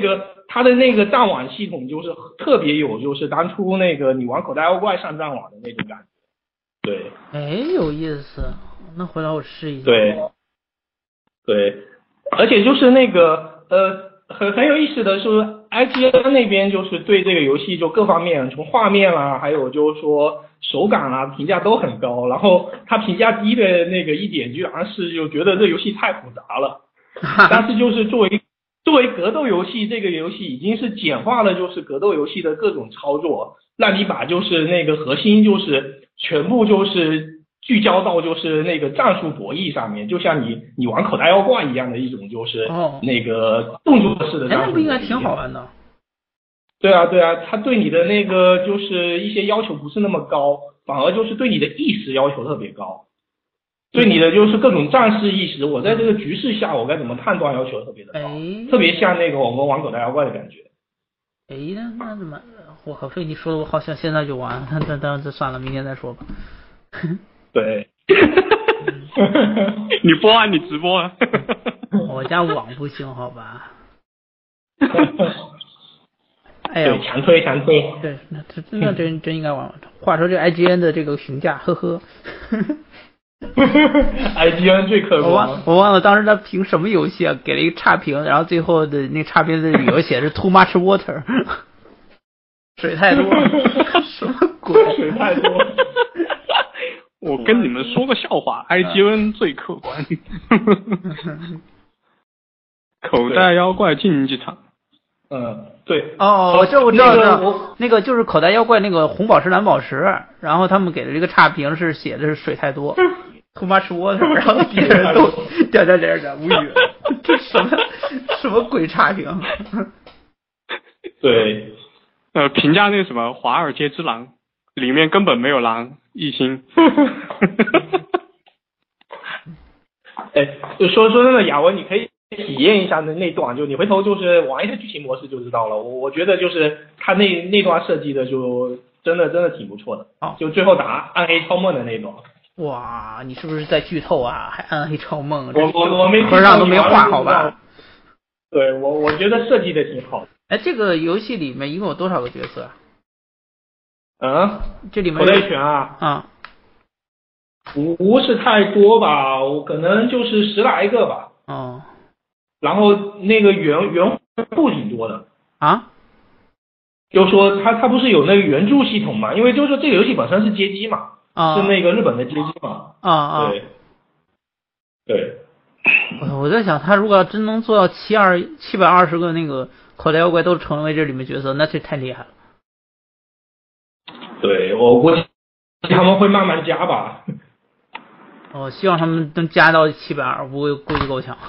它的那个战网系统就是特别有，就是当初那个你玩口袋妖怪上战网的那种感觉。对， 哎，有意思，那回来我试一下。 对，对，而且就是那个呃，很很有意思的是 ，I G N 那边就是对这个游戏就各方面，从画面啊，还有就是说手感啊，评价都很高。然后他评价低的那个一点，居然是就觉得这游戏太复杂了。但是就是作为作为格斗游戏，这个游戏已经是简化了，就是格斗游戏的各种操作，让你把就是那个核心就是全部就是聚焦到就是那个战术博弈上面，就像你你玩口袋妖怪一样的一种就是那个动作式的战术博弈。 哎，那不应该挺好玩的？ 对啊对啊，他对你的那个就是一些要求不是那么高，反而就是对你的意识要求特别高。对你的就是各种战士意识，我在这个局势下我该怎么判断要求特别的高， 哎、 特别像那个我们玩口袋妖怪的感觉。 哎，那那怎么？我靠，被你说的我好像现在就玩，那那那这算了，明天再说吧。 对。 你播啊，你直播啊。 我家网不行，好吧。哎呀， 强推强推。 对，那这那真真应该玩。话说这 I G N 的这个评价，呵呵。 I G N 最客观。 我忘我忘了当时他评什么游戏啊？给了一个差评，然后最后的那差评的理由写是 too much water， 水太多，什么鬼？ 水太多。 我跟你们说个笑话 ，I G N 最客观。口袋妖怪竞技场。 嗯，对。 哦，我这我知道， 那个我那个就是口袋妖怪那个红宝石蓝宝石，然后他们给的这个差评是写的是水太多 ，too much water， 然后底下人都点点点点无语，这什么什么鬼差评？ 对， 呃，评价那个什么华尔街之狼，里面根本没有狼，一星。 哎，就说说真的，雅文，你可以体验一下那那段，就你回头就是玩一下剧情模式就知道了。我我觉得就是他那那段设计的就真的真的挺不错的。 哦， 就最后打暗黑超梦的那段。 哇，你是不是在剧透啊？还暗黑超梦？ 我我我没和尚都没画好吧？ 对我我觉得设计的挺好的。 哎，这个游戏里面一共有多少个角色啊？ 嗯， 这里面口袋拳啊。 啊。 不是太多吧，我可能就是十来个吧。 哦。 然后那个原原户挺多的。 啊？ 就说他他不是有那个援助系统嘛？因为就是说这个游戏本身是街机嘛， 啊、 是那个日本的街机嘛。 啊啊。 对。对。 我在想，他如果要真能做到七二七百二十个那个口袋妖怪都成为这里面角色，那这太厉害了。 对，我估计他们会慢慢加吧。 我希望他们能加到七百二，不会估计够呛。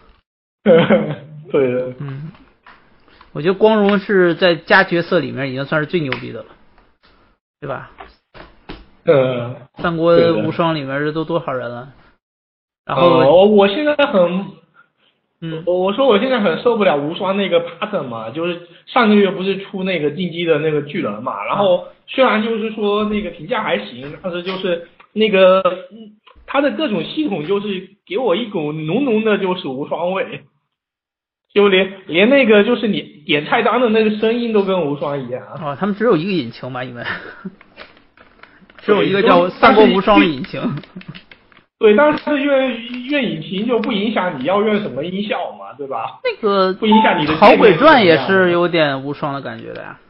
对的。 嗯，我觉得光荣是在加角色里面已经算是最牛逼的了，对吧？ 呃， 三国无双里面这都多少人了？然后、 哦、我现在很， 嗯， 我我说我现在很受不了无双那个 pattern 嘛，就是上个月不是出那个进击的那个巨人嘛，然后虽然就是说那个评价还行，但是就是那个它的各种系统就是给我一股浓浓的就是无双味，就连连那个就是你点菜单的那个声音都跟无双一样。 哦，他们只有一个引擎嘛，因为只有一个叫三国无双的引擎。 对，但是用用引擎就不影响你要用什么音效嘛，对吧？ 那个不影响你的。 好鬼传也是有点无双的感觉的呀。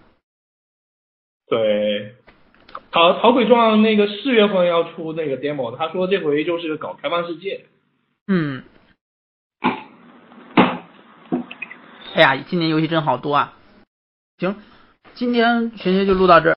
对，好好鬼传那个四月份要出那个 demo， 他说这回就是搞开放世界。 嗯。哎呀，今年游戏真好多啊！行，今天全学就录到这儿。